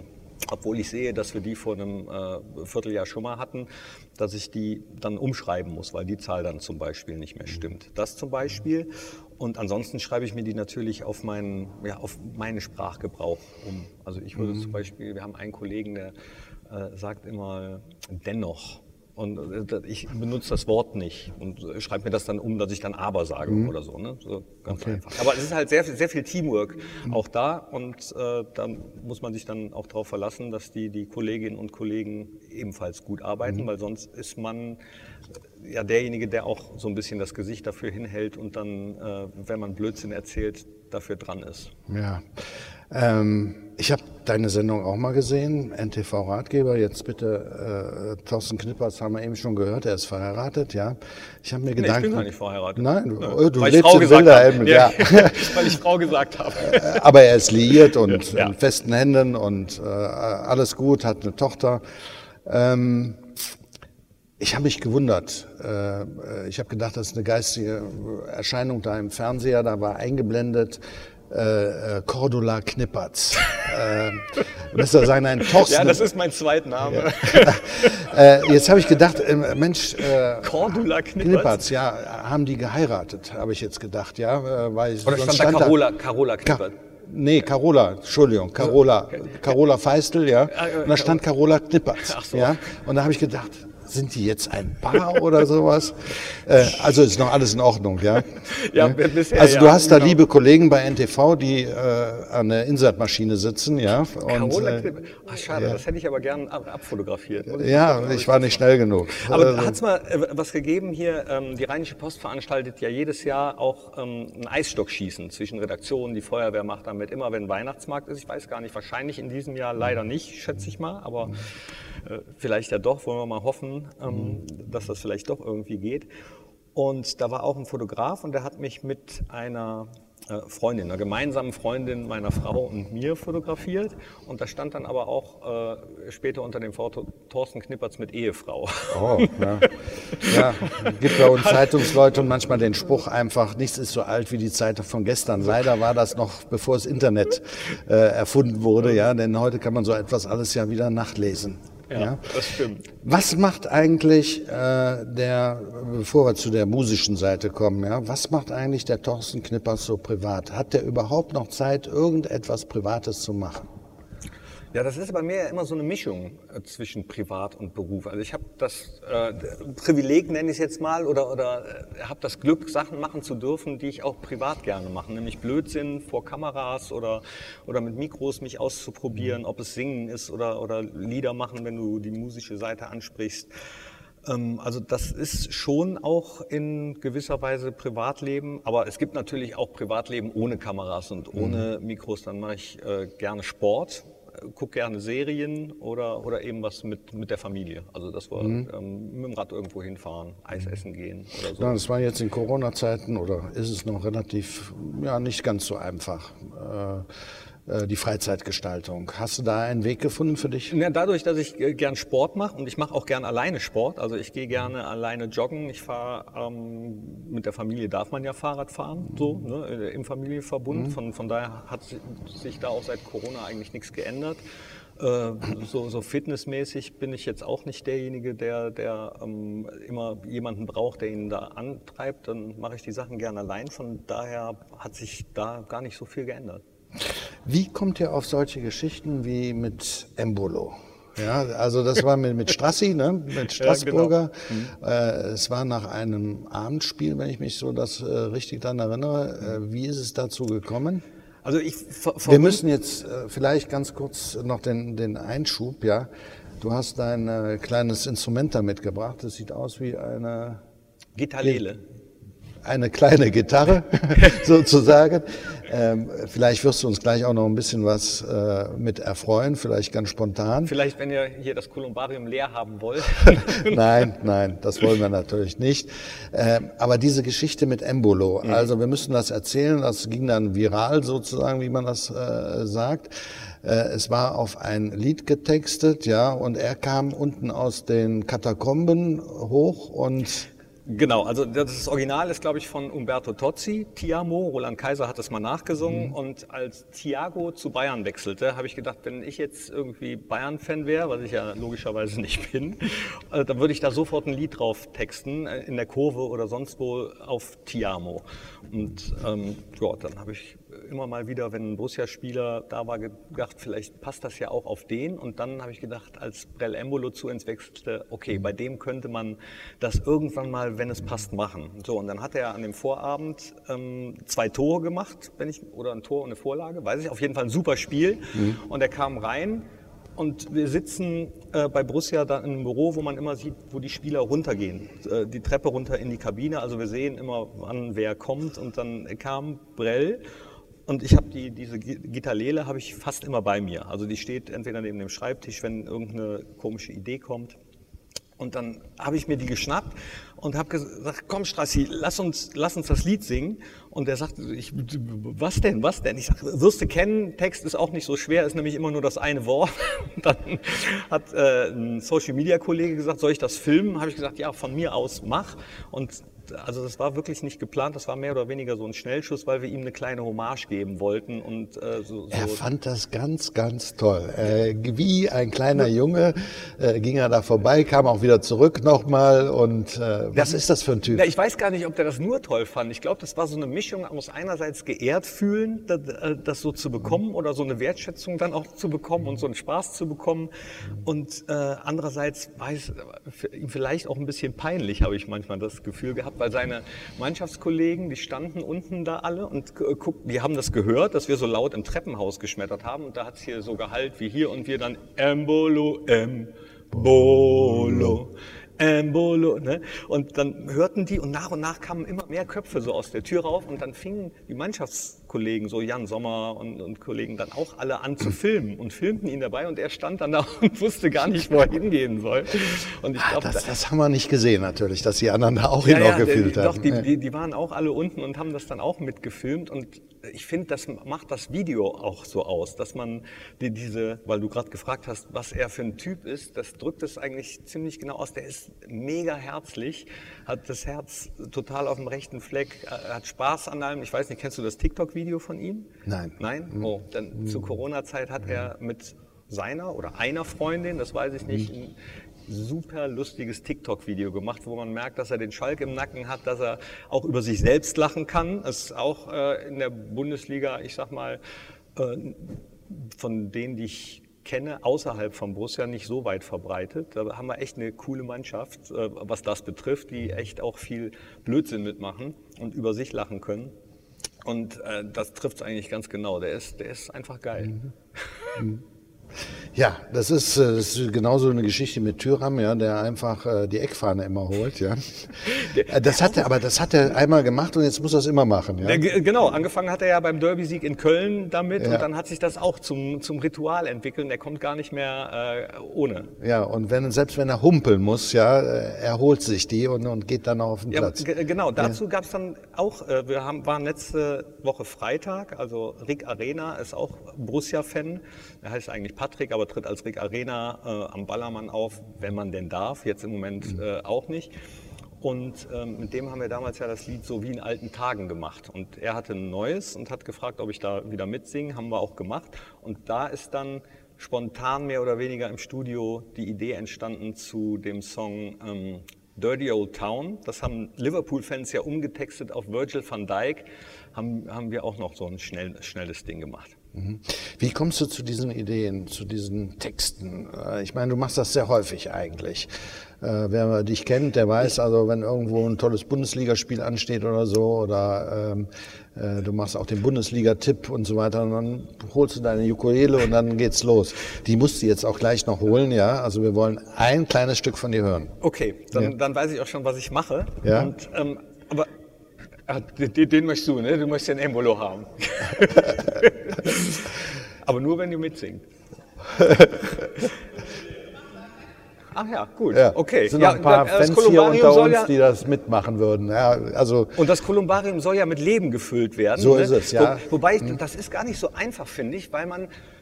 obwohl ich sehe, dass wir die vor einem Vierteljahr schon mal hatten, dass ich die dann umschreiben muss, weil die Zahl dann zum Beispiel nicht mehr stimmt. Das zum Beispiel. Und ansonsten schreibe ich mir die natürlich auf meinen Sprachgebrauch um. Also ich würde zum Beispiel, wir haben einen Kollegen, der sagt immer dennoch. Und ich benutze das Wort nicht und schreibe mir das dann um, dass ich dann aber sage oder so. Ne? So ganz einfach. Aber es ist halt sehr viel Teamwork auch da und da muss man sich dann auch darauf verlassen, dass die Kolleginnen und Kollegen ebenfalls gut arbeiten, weil sonst ist man ja derjenige, der auch so ein bisschen das Gesicht dafür hinhält und dann, wenn man Blödsinn erzählt, dafür dran ist. Ja. Ich habe deine Sendung auch mal gesehen, NTV-Ratgeber. Jetzt bitte, Thorsten Knippertz haben wir eben schon gehört, er ist verheiratet, ja. Ich habe mir Gedanken... Ich bin gar nicht verheiratet. Nein, du weil lebst in Wilderhelm, ja. Weil ich Frau gesagt habe. Aber er ist liiert und in festen Händen und alles gut, hat eine Tochter. Ich habe mich gewundert. Ich habe gedacht, das ist eine geistige Erscheinung da im Fernseher. Da war eingeblendet Cordula Knippertz. Müsste er sagen, ein Thorsten. Ja, das ist mein Zweitname. Jetzt habe ich gedacht, Mensch, Cordula Knippertz, ja, haben die geheiratet, habe ich jetzt gedacht, ja. Weil oder stand da Carola Knippertz? Nee, Carola, Entschuldigung, Carola Feistel, ja. Und da stand Carola Knippertz. Ach so. Ja. Und da habe ich gedacht, sind die jetzt ein Paar oder sowas? Also ist noch alles in Ordnung, ja? Ja, bisher, also du hast da genau. liebe Kollegen bei NTV, die an der Insertmaschine sitzen, ja? Carola Knippertz. Ach, schade, das hätte ich aber gern abfotografiert. Ja, ich war nicht schnell genug. Aber hat es mal was gegeben hier, die Rheinische Post veranstaltet ja jedes Jahr auch ein Eisstockschießen zwischen Redaktionen, die Feuerwehr macht damit immer, wenn Weihnachtsmarkt ist. Ich weiß gar nicht, wahrscheinlich in diesem Jahr leider nicht, schätze ich mal, aber vielleicht ja doch, wollen wir mal hoffen, dass das vielleicht doch irgendwie geht. Und da war auch ein Fotograf und der hat mich mit einer Freundin, einer gemeinsamen Freundin meiner Frau und mir fotografiert. Und da stand dann aber auch später unter dem Foto Thorsten Knippertz mit Ehefrau. Oh, ja. Ja, gibt bei uns Zeitungsleute und manchmal den Spruch einfach, nichts ist so alt wie die Zeitung von gestern. Leider war das noch, bevor das Internet erfunden wurde, ja, denn heute kann man so etwas alles ja wieder nachlesen. Ja, das stimmt. Was macht eigentlich bevor wir zu der musischen Seite kommen, ja, was macht eigentlich der Thorsten Knippertz so privat? Hat der überhaupt noch Zeit, irgendetwas Privates zu machen? Ja, das ist bei mir ja immer so eine Mischung zwischen Privat und Beruf. Also ich habe das Privileg, nenne ich es jetzt mal, oder habe das Glück, Sachen machen zu dürfen, die ich auch privat gerne mache. Nämlich Blödsinn vor Kameras oder mit Mikros mich auszuprobieren, ob es Singen ist oder Lieder machen, wenn du die musische Seite ansprichst. Also das ist schon auch in gewisser Weise Privatleben, aber es gibt natürlich auch Privatleben ohne Kameras und ohne Mikros. Dann mache ich gerne Sport. Gucke gerne Serien oder eben was mit der Familie. Also dass wir mit dem Rad irgendwo hinfahren, Eis essen gehen oder so. Ja, das war jetzt in Corona-Zeiten oder ist es noch relativ, ja, nicht ganz so einfach, die Freizeitgestaltung. Hast du da einen Weg gefunden für dich? Ja, dadurch, dass ich gern Sport mache und ich mache auch gern alleine Sport. Also ich gehe gerne alleine joggen. Ich fahre, mit der Familie darf man ja Fahrrad fahren, so, ne, im Familienverbund. Von daher hat sich da auch seit Corona eigentlich nichts geändert. So fitnessmäßig bin ich jetzt auch nicht derjenige, der immer jemanden braucht, der ihn da antreibt. Dann mache ich die Sachen gern allein. Von daher hat sich da gar nicht so viel geändert. Wie kommt ihr auf solche Geschichten wie mit Embolo? Ja, also das war mit Strassi, ne? Mit Straßburger. Ja, genau. Es war nach einem Abendspiel, wenn ich mich so das richtig daran erinnere. Wie ist es dazu gekommen? Also wir müssen jetzt vielleicht ganz kurz noch den Einschub, ja. Du hast ein kleines Instrument da mitgebracht. Das sieht aus wie eine Gitarrele. Eine kleine Gitarre sozusagen. Vielleicht wirst du uns gleich auch noch ein bisschen was mit erfreuen, vielleicht ganz spontan. Vielleicht, wenn ihr hier das Kolumbarium leer haben wollt. Nein, das wollen wir natürlich nicht. Aber diese Geschichte mit Embolo, also wir müssen das erzählen, das ging dann viral sozusagen, wie man das sagt. Es war auf ein Lied getextet, ja, und er kam unten aus den Katakomben hoch und Genau, also das Original ist, glaube ich, von Umberto Tozzi, Ti amo. Roland Kaiser hat es mal nachgesungen. Und als Thiago zu Bayern wechselte, habe ich gedacht, wenn ich jetzt irgendwie Bayern-Fan wäre, was ich ja logischerweise nicht bin, dann würde ich da sofort ein Lied drauf texten, in der Kurve oder sonst wo auf Ti amo. Und ja, dann habe ich immer mal wieder, wenn ein Borussia-Spieler da war, gedacht, vielleicht passt das ja auch auf den. Und dann habe ich gedacht, als Brel Embolo zu uns wechselte, okay, bei dem könnte man das irgendwann mal, wenn es passt, machen. So, und dann hat er an dem Vorabend 2 Tore gemacht, oder ein Tor und eine Vorlage, weiß ich, auf jeden Fall ein super Spiel. Und er kam rein und wir sitzen bei Borussia da in einem Büro, wo man immer sieht, wo die Spieler runtergehen, die Treppe runter in die Kabine. Also wir sehen immer, wann wer kommt, und dann kam Brel. Und ich habe diese Gitarlele habe ich fast immer bei mir. Also die steht entweder neben dem Schreibtisch, wenn irgendeine komische Idee kommt. Und dann habe ich mir die geschnappt und habe gesagt, komm Strassi, lass uns das Lied singen. Und er sagt, was denn? Ich sage, wirst du kennen, Text ist auch nicht so schwer, ist nämlich immer nur das eine Wort. Und dann hat ein Social-Media-Kollege gesagt, soll ich das filmen? Habe ich gesagt, ja, von mir aus mach. Und also das war wirklich nicht geplant, das war mehr oder weniger so ein Schnellschuss, weil wir ihm eine kleine Hommage geben wollten. Und Er fand das ganz, ganz toll. Wie ein kleiner Junge ging er da vorbei, kam auch wieder zurück nochmal. Und was ist das für ein Typ? Ja, ich weiß gar nicht, ob der das nur toll fand. Ich glaube, das war so eine Mischung aus einerseits geehrt fühlen, das so zu bekommen oder so eine Wertschätzung dann auch zu bekommen und so einen Spaß zu bekommen. Und andererseits war es ihm vielleicht auch ein bisschen peinlich, habe ich manchmal das Gefühl gehabt, weil seine Mannschaftskollegen, die standen unten da alle und die haben das gehört, dass wir so laut im Treppenhaus geschmettert haben, und da hat es hier so Gehalt wie hier, und wir dann Embolo, Embolo, Embolo, ne? Und dann hörten die, und nach kamen immer mehr Köpfe so aus der Tür rauf, und dann fingen die Mannschaftskollegen, so Jan Sommer und Kollegen, dann auch alle an zu filmen und filmten ihn dabei, und er stand dann da und wusste gar nicht, wo er hingehen soll. Und ich glaube, das haben wir nicht gesehen natürlich, dass die anderen da auch noch gefilmt haben. Doch, die waren auch alle unten und haben das dann auch mitgefilmt, und ich finde, das macht das Video auch so aus, dass man weil du gerade gefragt hast, was er für ein Typ ist, das drückt es eigentlich ziemlich genau aus. Der ist mega herzlich, hat das Herz total auf dem rechten Fleck, hat Spaß an allem. Ich weiß nicht, kennst du das TikTok-Video von ihm? Nein. Nein? Oh, dann zur Corona-Zeit hat er mit seiner oder einer Freundin, das weiß ich nicht, ein super lustiges TikTok-Video gemacht, wo man merkt, dass er den Schalk im Nacken hat, dass er auch über sich selbst lachen kann. Das ist auch in der Bundesliga, ich sag mal, von denen, die ich kenne, außerhalb von Borussia nicht so weit verbreitet. Da haben wir echt eine coole Mannschaft, was das betrifft, die echt auch viel Blödsinn mitmachen und über sich lachen können. Und das trifft es eigentlich ganz genau. Der ist einfach geil. Ja, das ist genauso eine Geschichte mit Thuram, ja, der einfach die Eckfahne immer holt, ja. Das hat er einmal gemacht, und jetzt muss er es immer machen, ja. Genau, angefangen hat er ja beim Derby-Sieg in Köln damit, und dann hat sich das auch zum Ritual entwickelt. Der kommt gar nicht mehr ohne. Ja, und selbst wenn er humpeln muss, ja, er holt sich die und geht dann auch auf den Platz. Genau, dazu gab es dann auch, waren letzte Woche Freitag, also Rick Arena ist auch Borussia-Fan, er heißt eigentlich Patrick, aber tritt als Rick Arena am Ballermann auf, wenn man denn darf, jetzt im Moment auch nicht. Und mit dem haben wir damals ja das Lied so wie in alten Tagen gemacht. Und er hatte ein neues und hat gefragt, ob ich da wieder mitsinge, haben wir auch gemacht. Und da ist dann spontan mehr oder weniger im Studio die Idee entstanden zu dem Song Dirty Old Town. Das haben Liverpool-Fans ja umgetextet auf Virgil van Dijk, haben wir auch noch so ein schnelles Ding gemacht. Wie kommst du zu diesen Ideen, zu diesen Texten? Ich meine, du machst das sehr häufig eigentlich. Wer dich kennt, der weiß, also wenn irgendwo ein tolles Bundesligaspiel ansteht oder so, oder du machst auch den Bundesliga-Tipp und so weiter, und dann holst du deine Ukulele und dann geht's los. Die musst du jetzt auch gleich noch holen, ja? Also wir wollen ein kleines Stück von dir hören. Okay, dann weiß ich auch schon, was ich mache. Ja? Und, aber den möchtest du, ne? Du möchtest den Embolo haben. Aber nur, wenn du mitsingst. Ach ja, gut, ja. Okay. Es sind noch ein paar Fans hier unter uns, die das mitmachen würden. Ja, also und das Kolumbarium soll ja mit Leben gefüllt werden. So ist es, ja. Wobei, das ist gar nicht so einfach, finde ich, weil man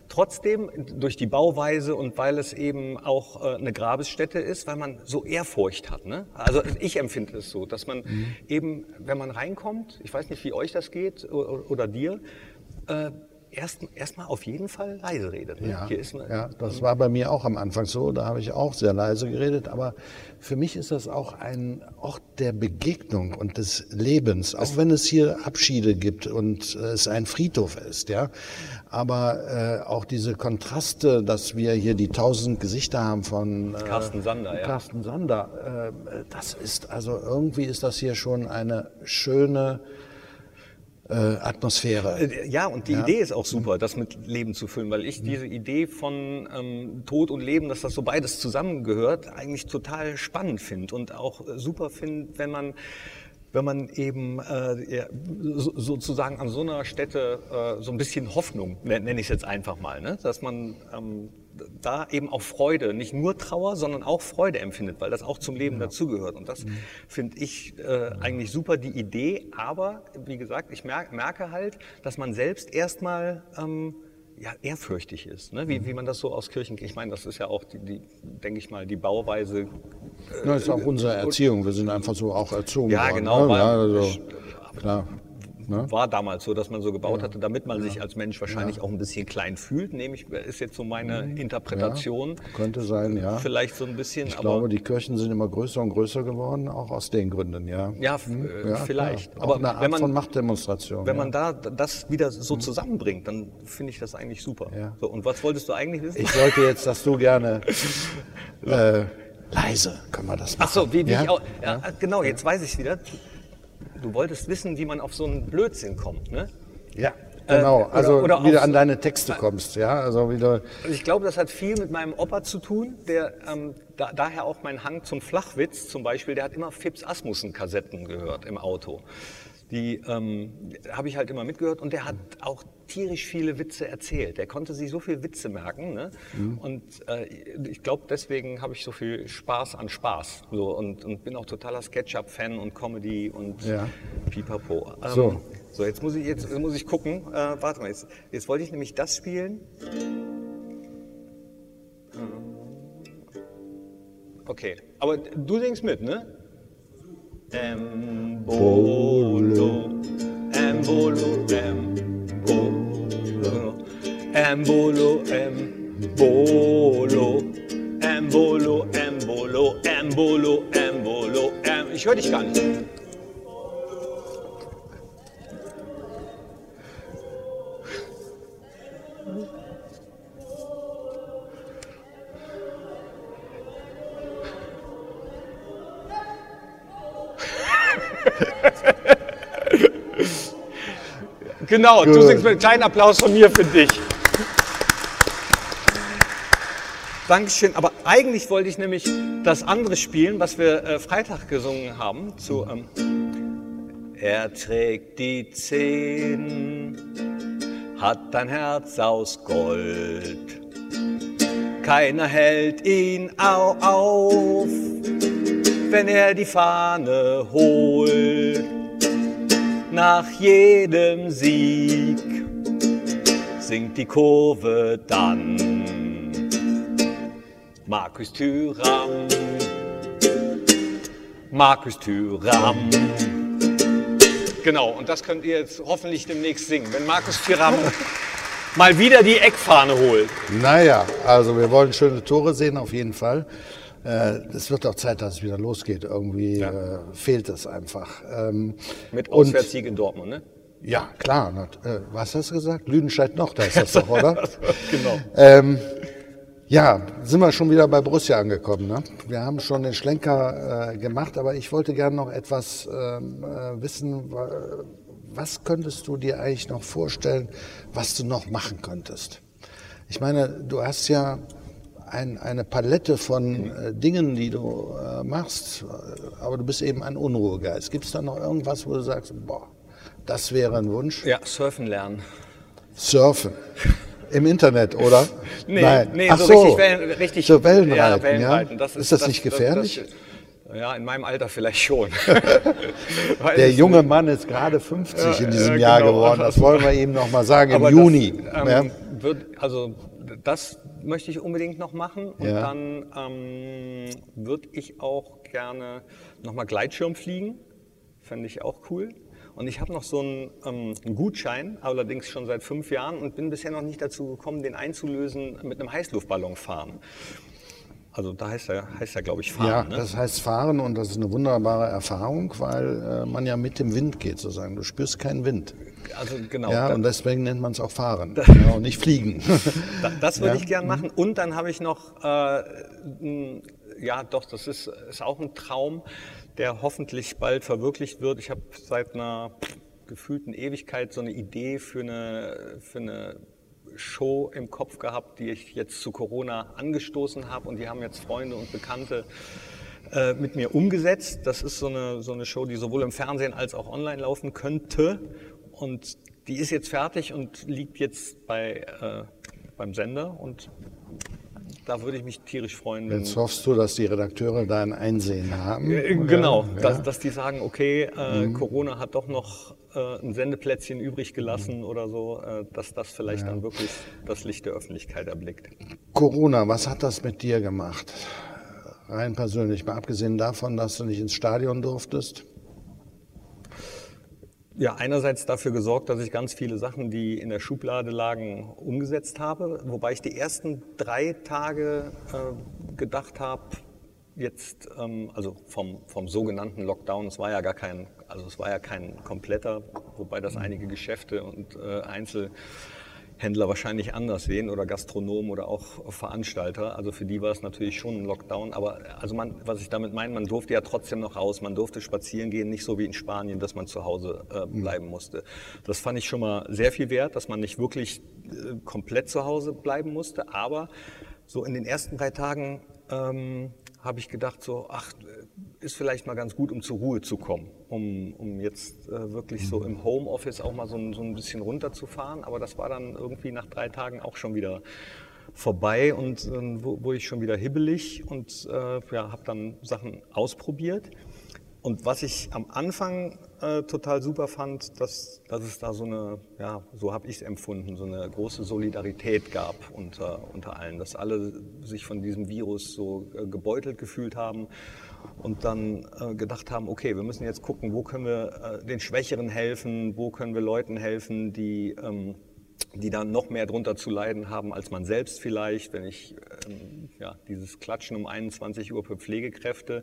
trotzdem durch die Bauweise und weil es eben auch eine Grabesstätte ist, weil man so Ehrfurcht hat. Ne? Also ich empfinde es so, dass man eben, wenn man reinkommt, ich weiß nicht, wie euch das geht oder dir, erstmal auf jeden Fall leise redet. Ne? Ja, Hier ist ja, das war bei mir auch am Anfang so, da habe ich auch sehr leise geredet, aber für mich ist das auch ein Ort der Begegnung und des Lebens, auch wenn es hier Abschiede gibt und es ein Friedhof ist, ja. Aber auch diese Kontraste, dass wir hier die 1000 Gesichter haben von Carsten Sander, ja. Carsten Sander, das ist, also irgendwie ist das hier schon eine schöne Atmosphäre. Ja, und die Idee ist auch super, das mit Leben zu füllen, weil ich diese Idee von Tod und Leben, dass das so beides zusammengehört, eigentlich total spannend finde und auch super finde, wenn man eben sozusagen an so einer Stätte so ein bisschen Hoffnung, nenne ich es jetzt einfach mal, ne? Dass man da eben auch Freude, nicht nur Trauer, sondern auch Freude empfindet, weil das auch zum Leben dazugehört. Und das finde ich eigentlich super, die Idee. Aber wie gesagt, ich merke halt, dass man selbst erstmal ehrfürchtig ist, ne? Wie man das so aus Kirchen, ich meine, das ist ja auch denke ich mal, die Bauweise. Das ist auch unsere Erziehung, wir sind einfach so auch erzogen worden. Ja, genau. Ne? Ja, also, klar. War damals so, dass man so gebaut hatte, damit man sich als Mensch wahrscheinlich auch ein bisschen klein fühlt, ist jetzt so meine Interpretation. Ja, könnte sein, ja. Vielleicht so ein bisschen. Ich glaube, die Kirchen sind immer größer und größer geworden, auch aus den Gründen, ja. Ja, vielleicht. Klar. Aber eine Art von Machtdemonstration. Wenn man da das wieder so zusammenbringt, dann finde ich das eigentlich super. Ja. So, und was wolltest du eigentlich wissen? Ich wollte jetzt, dass du gerne leise, können wir das machen. Ach so, wie ich auch. Ja, genau, jetzt weiß ich es wieder. Du wolltest wissen, wie man auf so einen Blödsinn kommt, ne? Ja, genau. Also oder wie du an deine Texte kommst, ja. Also ich glaube, das hat viel mit meinem Opa zu tun, der daher auch mein Hang zum Flachwitz zum Beispiel, der hat immer Phipps Asmussen-Kassetten gehört im Auto. Die habe ich halt immer mitgehört und der hat auch tierisch viele Witze erzählt. Der konnte sich so viele Witze merken, ne? Und ich glaube, deswegen habe ich so viel Spaß an Spaß so, und bin auch totaler SketchUp-Fan und Comedy und Pipapo. So, jetzt muss ich gucken. Warte mal, jetzt wollte ich nämlich das spielen. Okay, aber du singst mit, ne? Embolo, Embolo, Embolo, Embolo, Embolo, Embolo, Embolo, Embolo, Embolo, ich höre dich gar nicht. Genau, du singst mit einem kleinen Applaus von mir für dich. Dankeschön, aber eigentlich wollte ich nämlich das andere spielen, was wir Freitag gesungen haben. Er trägt die 10, hat ein Herz aus Gold. Keiner hält ihn auf, wenn er die Fahne holt. Nach jedem Sieg singt die Kurve dann Markus Thüram, Markus Thüram. Genau, und das könnt ihr jetzt hoffentlich demnächst singen, wenn Markus Thüram mal wieder die Eckfahne holt. Naja, also wir wollen schöne Tore sehen, auf jeden Fall. Es wird auch Zeit, dass es wieder losgeht. Irgendwie fehlt es einfach. Mit Auswärtssieg in Dortmund, ne? Ja, klar. Was hast du gesagt? Lüdenscheid noch, da ist das doch, oder? Genau. Ja, sind wir schon wieder bei Borussia angekommen. Ne? Wir haben schon den Schlenker gemacht, aber ich wollte gerne noch etwas wissen. Was könntest du dir eigentlich noch vorstellen, was du noch machen könntest? Ich meine, du hast ja eine Palette von Dingen, die du machst, aber du bist eben ein Unruhegeist. Gibt es da noch irgendwas, wo du sagst, boah, das wäre ein Wunsch? Ja, surfen lernen. Surfen? Im Internet, oder? Nee, Nein. nee, Ach so richtig so Wellenreiten, ja, Wellenreiten. Ja? Ist das nicht gefährlich? Ja, in meinem Alter vielleicht schon. Der junge Mann ist gerade 50 in diesem Jahr geworden, das wollen wir ihm noch mal sagen, im Juni. Also das möchte ich unbedingt noch machen. Und dann würde ich auch gerne nochmal Gleitschirm fliegen. Fände ich auch cool. Und ich habe noch so einen Gutschein, allerdings schon seit 5 Jahren und bin bisher noch nicht dazu gekommen, den einzulösen mit einem Heißluftballon fahren. Also da heißt ja glaube ich, fahren. Ja, ne? Das heißt fahren und das ist eine wunderbare Erfahrung, weil man ja mit dem Wind geht sozusagen. Du spürst keinen Wind. Also genau. Ja, und deswegen nennt man es auch fahren und nicht fliegen. Das würde ich gern machen. Und dann habe ich noch, das ist auch ein Traum, der hoffentlich bald verwirklicht wird. Ich habe seit einer gefühlten Ewigkeit so eine Idee für eine Show im Kopf gehabt, die ich jetzt zu Corona angestoßen habe, und die haben jetzt Freunde und Bekannte mit mir umgesetzt. Das ist so eine Show, die sowohl im Fernsehen als auch online laufen könnte, und die ist jetzt fertig und liegt jetzt beim Sender, und da würde ich mich tierisch freuen. Jetzt hoffst du, dass die Redakteure da ein Einsehen haben? Genau, dass die sagen, okay, Corona hat doch noch ein Sendeplätzchen übrig gelassen oder so, dass das vielleicht dann wirklich das Licht der Öffentlichkeit erblickt. Corona, was hat das mit dir gemacht? Rein persönlich, mal abgesehen davon, dass du nicht ins Stadion durftest? Ja, einerseits dafür gesorgt, dass ich ganz viele Sachen, die in der Schublade lagen, umgesetzt habe. Wobei ich die ersten 3 Tage gedacht habe, jetzt, also vom sogenannten Lockdown, es war ja kein kompletter, wobei das einige Geschäfte und Einzelhändler wahrscheinlich anders sehen, oder Gastronomen oder auch Veranstalter. Also für die war es natürlich schon ein Lockdown. Aber also was ich damit meine, man durfte ja trotzdem noch raus, man durfte spazieren gehen, nicht so wie in Spanien, dass man zu Hause bleiben musste. Das fand ich schon mal sehr viel wert, dass man nicht wirklich komplett zu Hause bleiben musste. Aber so in den ersten 3 Tagen habe ich gedacht, ist vielleicht mal ganz gut, um zur Ruhe zu kommen, um jetzt wirklich so im Homeoffice auch mal so ein bisschen runterzufahren. Aber das war dann irgendwie nach 3 Tagen auch schon wieder vorbei, und wurde ich schon wieder hibbelig und habe dann Sachen ausprobiert. Und was ich am Anfang total super fand, dass es da so habe ich es empfunden, so eine große Solidarität gab unter allen, dass alle sich von diesem Virus so gebeutelt gefühlt haben und dann gedacht haben, okay, wir müssen jetzt gucken, wo können wir den Schwächeren helfen, wo können wir Leuten helfen, die dann noch mehr drunter zu leiden haben als man selbst vielleicht, wenn ich dieses Klatschen um 21 Uhr für Pflegekräfte,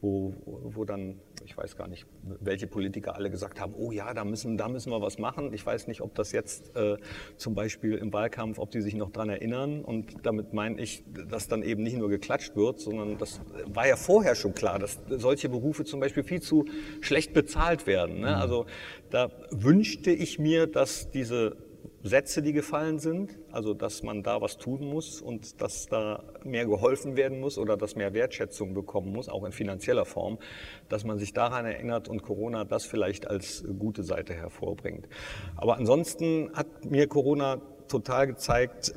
wo dann, ich weiß gar nicht, welche Politiker alle gesagt haben, oh ja, da müssen wir was machen. Ich weiß nicht, ob das jetzt zum Beispiel im Wahlkampf, ob die sich noch dran erinnern, und damit meine ich, dass dann eben nicht nur geklatscht wird, sondern das war ja vorher schon klar, dass solche Berufe zum Beispiel viel zu schlecht bezahlt werden. Ne? Also da wünschte ich mir, dass diese Sätze, die gefallen sind, also dass man da was tun muss und dass da mehr geholfen werden muss oder dass mehr Wertschätzung bekommen muss, auch in finanzieller Form, dass man sich daran erinnert und Corona das vielleicht als gute Seite hervorbringt. Aber ansonsten hat mir Corona total gezeigt,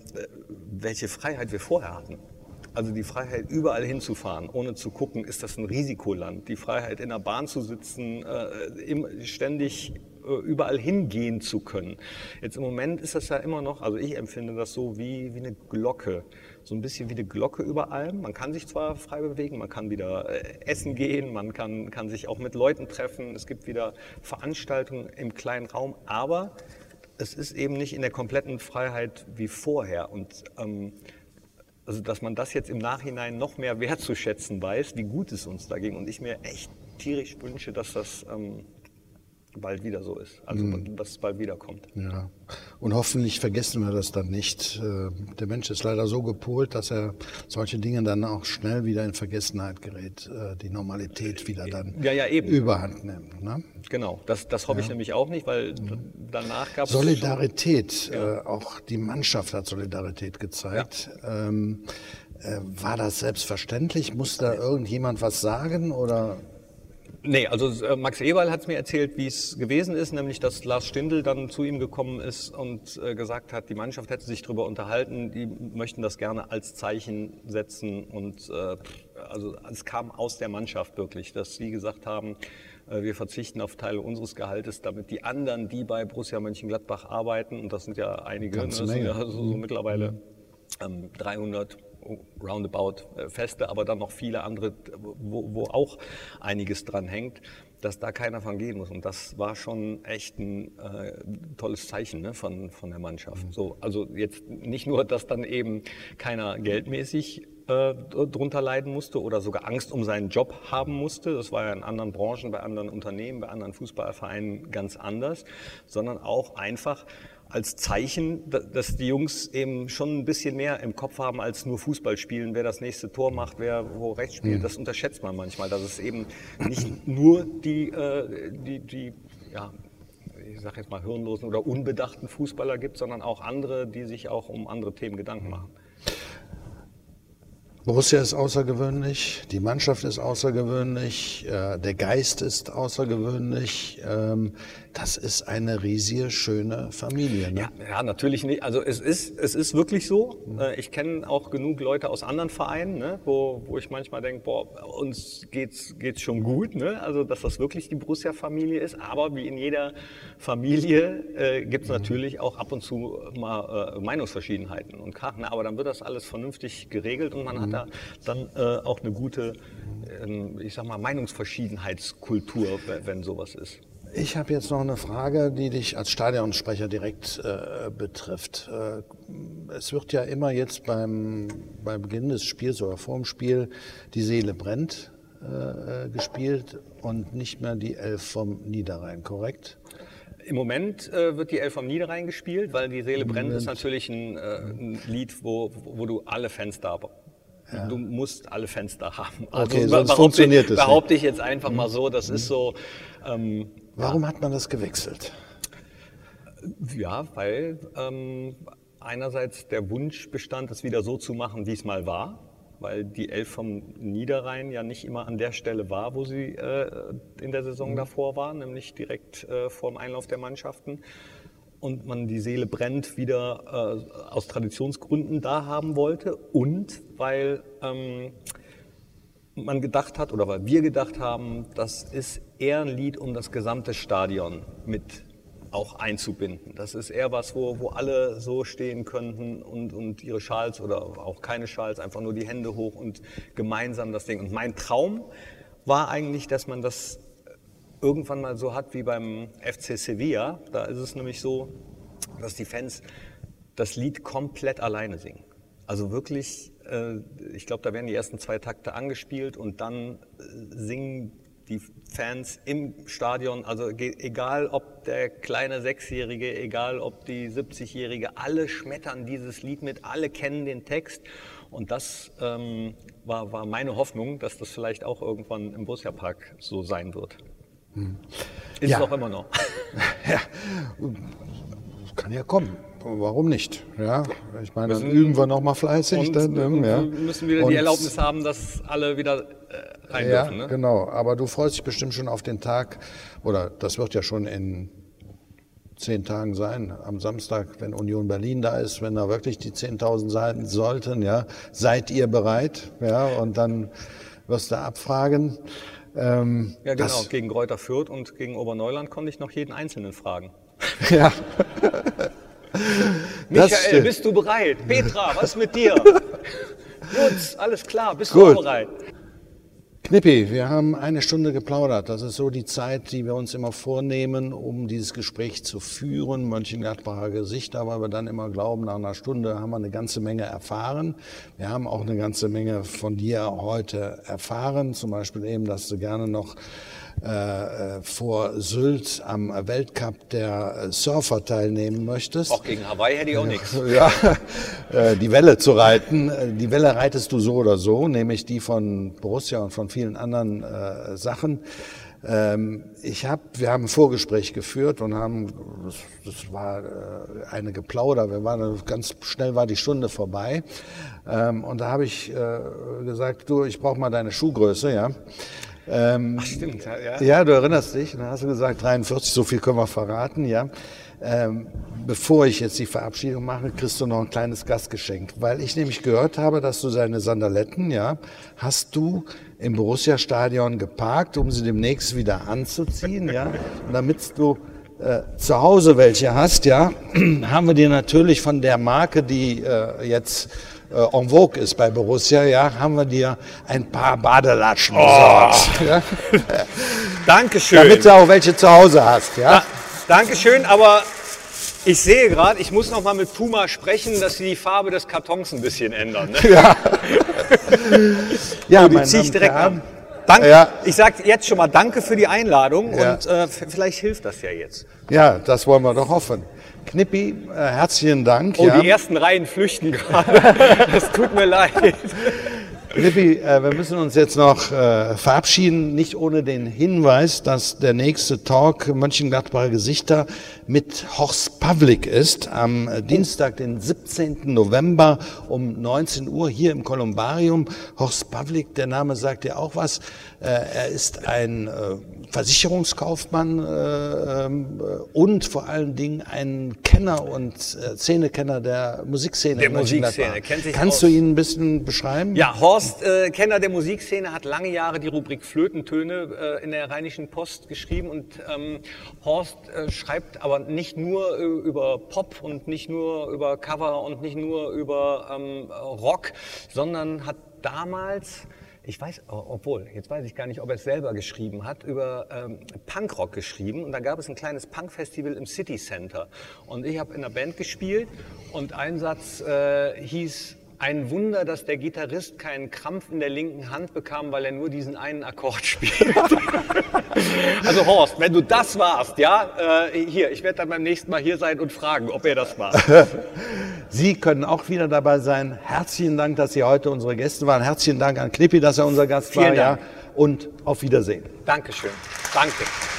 welche Freiheit wir vorher hatten. Also die Freiheit, überall hinzufahren, ohne zu gucken, ist das ein Risikoland. Die Freiheit, in der Bahn zu sitzen, ständig überall hingehen zu können. Jetzt im Moment ist das ja immer noch, also ich empfinde das so wie eine Glocke, so ein bisschen wie eine Glocke über allem. Man kann sich zwar frei bewegen, man kann wieder essen gehen, man kann sich auch mit Leuten treffen, es gibt wieder Veranstaltungen im kleinen Raum, aber es ist eben nicht in der kompletten Freiheit wie vorher. Und also dass man das jetzt im Nachhinein noch mehr wertzuschätzen weiß, wie gut es uns da ging, und ich mir echt tierisch wünsche, dass das bald wieder so ist, also dass es bald wiederkommt. Ja, und hoffentlich vergessen wir das dann nicht. Der Mensch ist leider so gepolt, dass er solche Dinge dann auch schnell wieder in Vergessenheit gerät, die Normalität wieder dann überhand nimmt. Ne? Genau, das hoffe ich nämlich auch nicht, weil danach gab es Solidarität, auch die Mannschaft hat Solidarität gezeigt. Ja. War das selbstverständlich? Muss da irgendjemand was sagen, oder? Nee, also Max Eberl hat es mir erzählt, wie es gewesen ist, nämlich dass Lars Stindl dann zu ihm gekommen ist und gesagt hat, die Mannschaft hätte sich darüber unterhalten, die möchten das gerne als Zeichen setzen, und also es kam aus der Mannschaft wirklich, dass sie gesagt haben, wir verzichten auf Teile unseres Gehaltes, damit die anderen, die bei Borussia Mönchengladbach arbeiten, und das sind ja einige, das sind ja so mittlerweile 300 roundabout Feste, aber dann noch viele andere, wo auch einiges dran hängt, dass da keiner von gehen muss. Und das war schon echt ein tolles Zeichen, ne, von der Mannschaft. So, also jetzt nicht nur, dass dann eben keiner geldmäßig drunter leiden musste oder sogar Angst um seinen Job haben musste. Das war ja in anderen Branchen, bei anderen Unternehmen, bei anderen Fußballvereinen ganz anders, sondern auch einfach als Zeichen, dass die Jungs eben schon ein bisschen mehr im Kopf haben als nur Fußball spielen. Wer das nächste Tor macht, wer wo rechts spielt, das unterschätzt man manchmal. Dass es eben nicht nur die ja, ich sag jetzt mal hirnlosen oder unbedachten Fußballer gibt, sondern auch andere, die sich auch um andere Themen Gedanken machen. Borussia ist außergewöhnlich, die Mannschaft ist außergewöhnlich, der Geist ist außergewöhnlich. Das ist eine riesige, schöne Familie. Ne? Ja, natürlich nicht. Also es ist wirklich so. Ich kenne auch genug Leute aus anderen Vereinen, ne, wo ich manchmal denke, boah, uns geht's schon gut. Ne? Also dass das wirklich die Borussia-Familie ist. Aber wie in jeder Familie gibt es natürlich auch ab und zu mal Meinungsverschiedenheiten und Krachen. Aber dann wird das alles vernünftig geregelt und man hat da dann auch eine gute, ich sag mal, Meinungsverschiedenheitskultur, wenn sowas ist. Ich habe jetzt noch eine Frage, die dich als Stadionsprecher direkt betrifft. Es wird ja immer jetzt beim Beginn des Spiels oder vor dem Spiel die Seele brennt gespielt und nicht mehr die Elf vom Niederrhein, korrekt? Im Moment wird die Elf vom Niederrhein gespielt, weil die Seele brennt ist natürlich ein Lied, wo du alle Fans da hast. Ja. Du musst alle Fenster haben. Also okay, sonst funktioniert es behaupte ich jetzt einfach mal so, das ist so. Warum hat man das gewechselt? Ja, weil einerseits der Wunsch bestand, es wieder so zu machen, wie es mal war. Weil die Elf vom Niederrhein ja nicht immer an der Stelle war, wo sie in der Saison davor war, nämlich direkt vor dem Einlauf der Mannschaften. Und man die Seele brennt wieder aus Traditionsgründen da haben wollte und weil man gedacht hat oder weil wir gedacht haben, das ist eher ein Lied, um das gesamte Stadion mit auch einzubinden. Das ist eher was, wo alle so stehen könnten und ihre Schals oder auch keine Schals, einfach nur die Hände hoch und gemeinsam das Ding. Und mein Traum war eigentlich, dass man das irgendwann mal so hat wie beim FC Sevilla. Da ist es nämlich so, dass die Fans das Lied komplett alleine singen. Also wirklich, ich glaube, da werden die ersten 2 Takte angespielt und dann singen die Fans im Stadion, also egal ob der kleine 6-Jährige, egal ob die 70-Jährige, alle schmettern dieses Lied mit, alle kennen den Text. Und das war meine Hoffnung, dass das vielleicht auch irgendwann im Borussia Park so sein wird. Ist es auch immer noch. Ja, kann ja kommen. Warum nicht? Ja, ich meine, dann üben wir noch mal fleißig. Und wir müssen wieder die Erlaubnis haben, dass alle wieder rein dürfen. Ne? Genau. Aber du freust dich bestimmt schon auf den Tag, oder das wird ja schon in 10 Tagen sein, am Samstag, wenn Union Berlin da ist, wenn da wirklich die 10.000 sein sollten, ja, seid ihr bereit? Ja, und dann wirst du abfragen. Ja, genau. Gegen Greuther Fürth und gegen Oberneuland konnte ich noch jeden Einzelnen fragen. Ja. Michael, bist du bereit? Petra, was ist mit dir? Lutz, alles klar, bist du bereit? Knippi, wir haben 1 Stunde geplaudert. Das ist so die Zeit, die wir uns immer vornehmen, um dieses Gespräch zu führen. Mönchengladbacher Gesichter, weil wir dann immer glauben, nach 1 Stunde haben wir eine ganze Menge erfahren. Wir haben auch eine ganze Menge von dir heute erfahren. Zum Beispiel eben, dass du gerne noch vor Sylt am Weltcup der Surfer teilnehmen möchtest. Auch gegen Hawaii hätte ich auch nichts. Ja, die Welle zu reiten. Die Welle reitest du so oder so, nämlich die von Borussia und von vielen anderen Sachen. Wir haben ein Vorgespräch geführt und das war eine Geplauder. Ganz schnell war die Stunde vorbei. Und da habe ich gesagt, du, ich brauche mal deine Schuhgröße, ja. Ach stimmt, ja. Ja, du erinnerst dich, dann hast du gesagt 43, so viel können wir verraten, ja. Bevor ich jetzt die Verabschiedung mache, kriegst du noch ein kleines Gastgeschenk, weil ich nämlich gehört habe, dass du seine Sandaletten, ja, hast du im Borussia-Stadion geparkt, um sie demnächst wieder anzuziehen, ja, und damit du zu Hause welche hast, ja, haben wir dir natürlich von der Marke, die jetzt en vogue ist bei Borussia, ja, haben wir dir ein paar Badelatschen besorgt. Ja? Dankeschön. Damit du auch welche zu Hause hast, ja. Dankeschön, aber ich sehe gerade, ich muss noch mal mit Puma sprechen, dass sie die Farbe des Kartons ein bisschen ändern. Ne? Ja, ja, die ziehe ich direkt an. Danke. Ja. Ich sage jetzt schon mal danke für die Einladung und vielleicht hilft das ja jetzt. Ja, das wollen wir doch hoffen. Knippi, herzlichen Dank. Oh, ja. Die ersten Reihen flüchten gerade. Das tut mir leid. Knippi, wir müssen uns jetzt noch verabschieden, nicht ohne den Hinweis, dass der nächste Talk Mönchengladbacher Gesichter mit Horst Pawlik ist, am Dienstag, den 17. November um 19 Uhr hier im Kolumbarium. Horst Pawlik, der Name sagt ja auch was. Er ist ein Versicherungskaufmann und vor allen Dingen ein Kenner und Szenekenner der Musikszene. Der Musikszene, kennt sich Kannst du ihn ein bisschen beschreiben? Ja, Horst, Kenner der Musikszene, hat lange Jahre die Rubrik Flötentöne in der Rheinischen Post geschrieben und Horst schreibt aber nicht nur über Pop und nicht nur über Cover und nicht nur über Rock, sondern hat damals, ich weiß, obwohl, jetzt weiß ich gar nicht, ob er es selber geschrieben hat, über Punkrock geschrieben. Und da gab es ein kleines Punkfestival im City Center. Und ich habe in einer Band gespielt und ein Satz hieß: Ein Wunder, dass der Gitarrist keinen Krampf in der linken Hand bekam, weil er nur diesen einen Akkord spielt. Also Horst, wenn du das warst, ja, hier, ich werde dann beim nächsten Mal hier sein und fragen, ob er das war. Sie können auch wieder dabei sein. Herzlichen Dank, dass Sie heute unsere Gäste waren. Herzlichen Dank an Knippi, dass er unser Gast war. Vielen Dank. Ja. Und auf Wiedersehen. Dankeschön. Danke.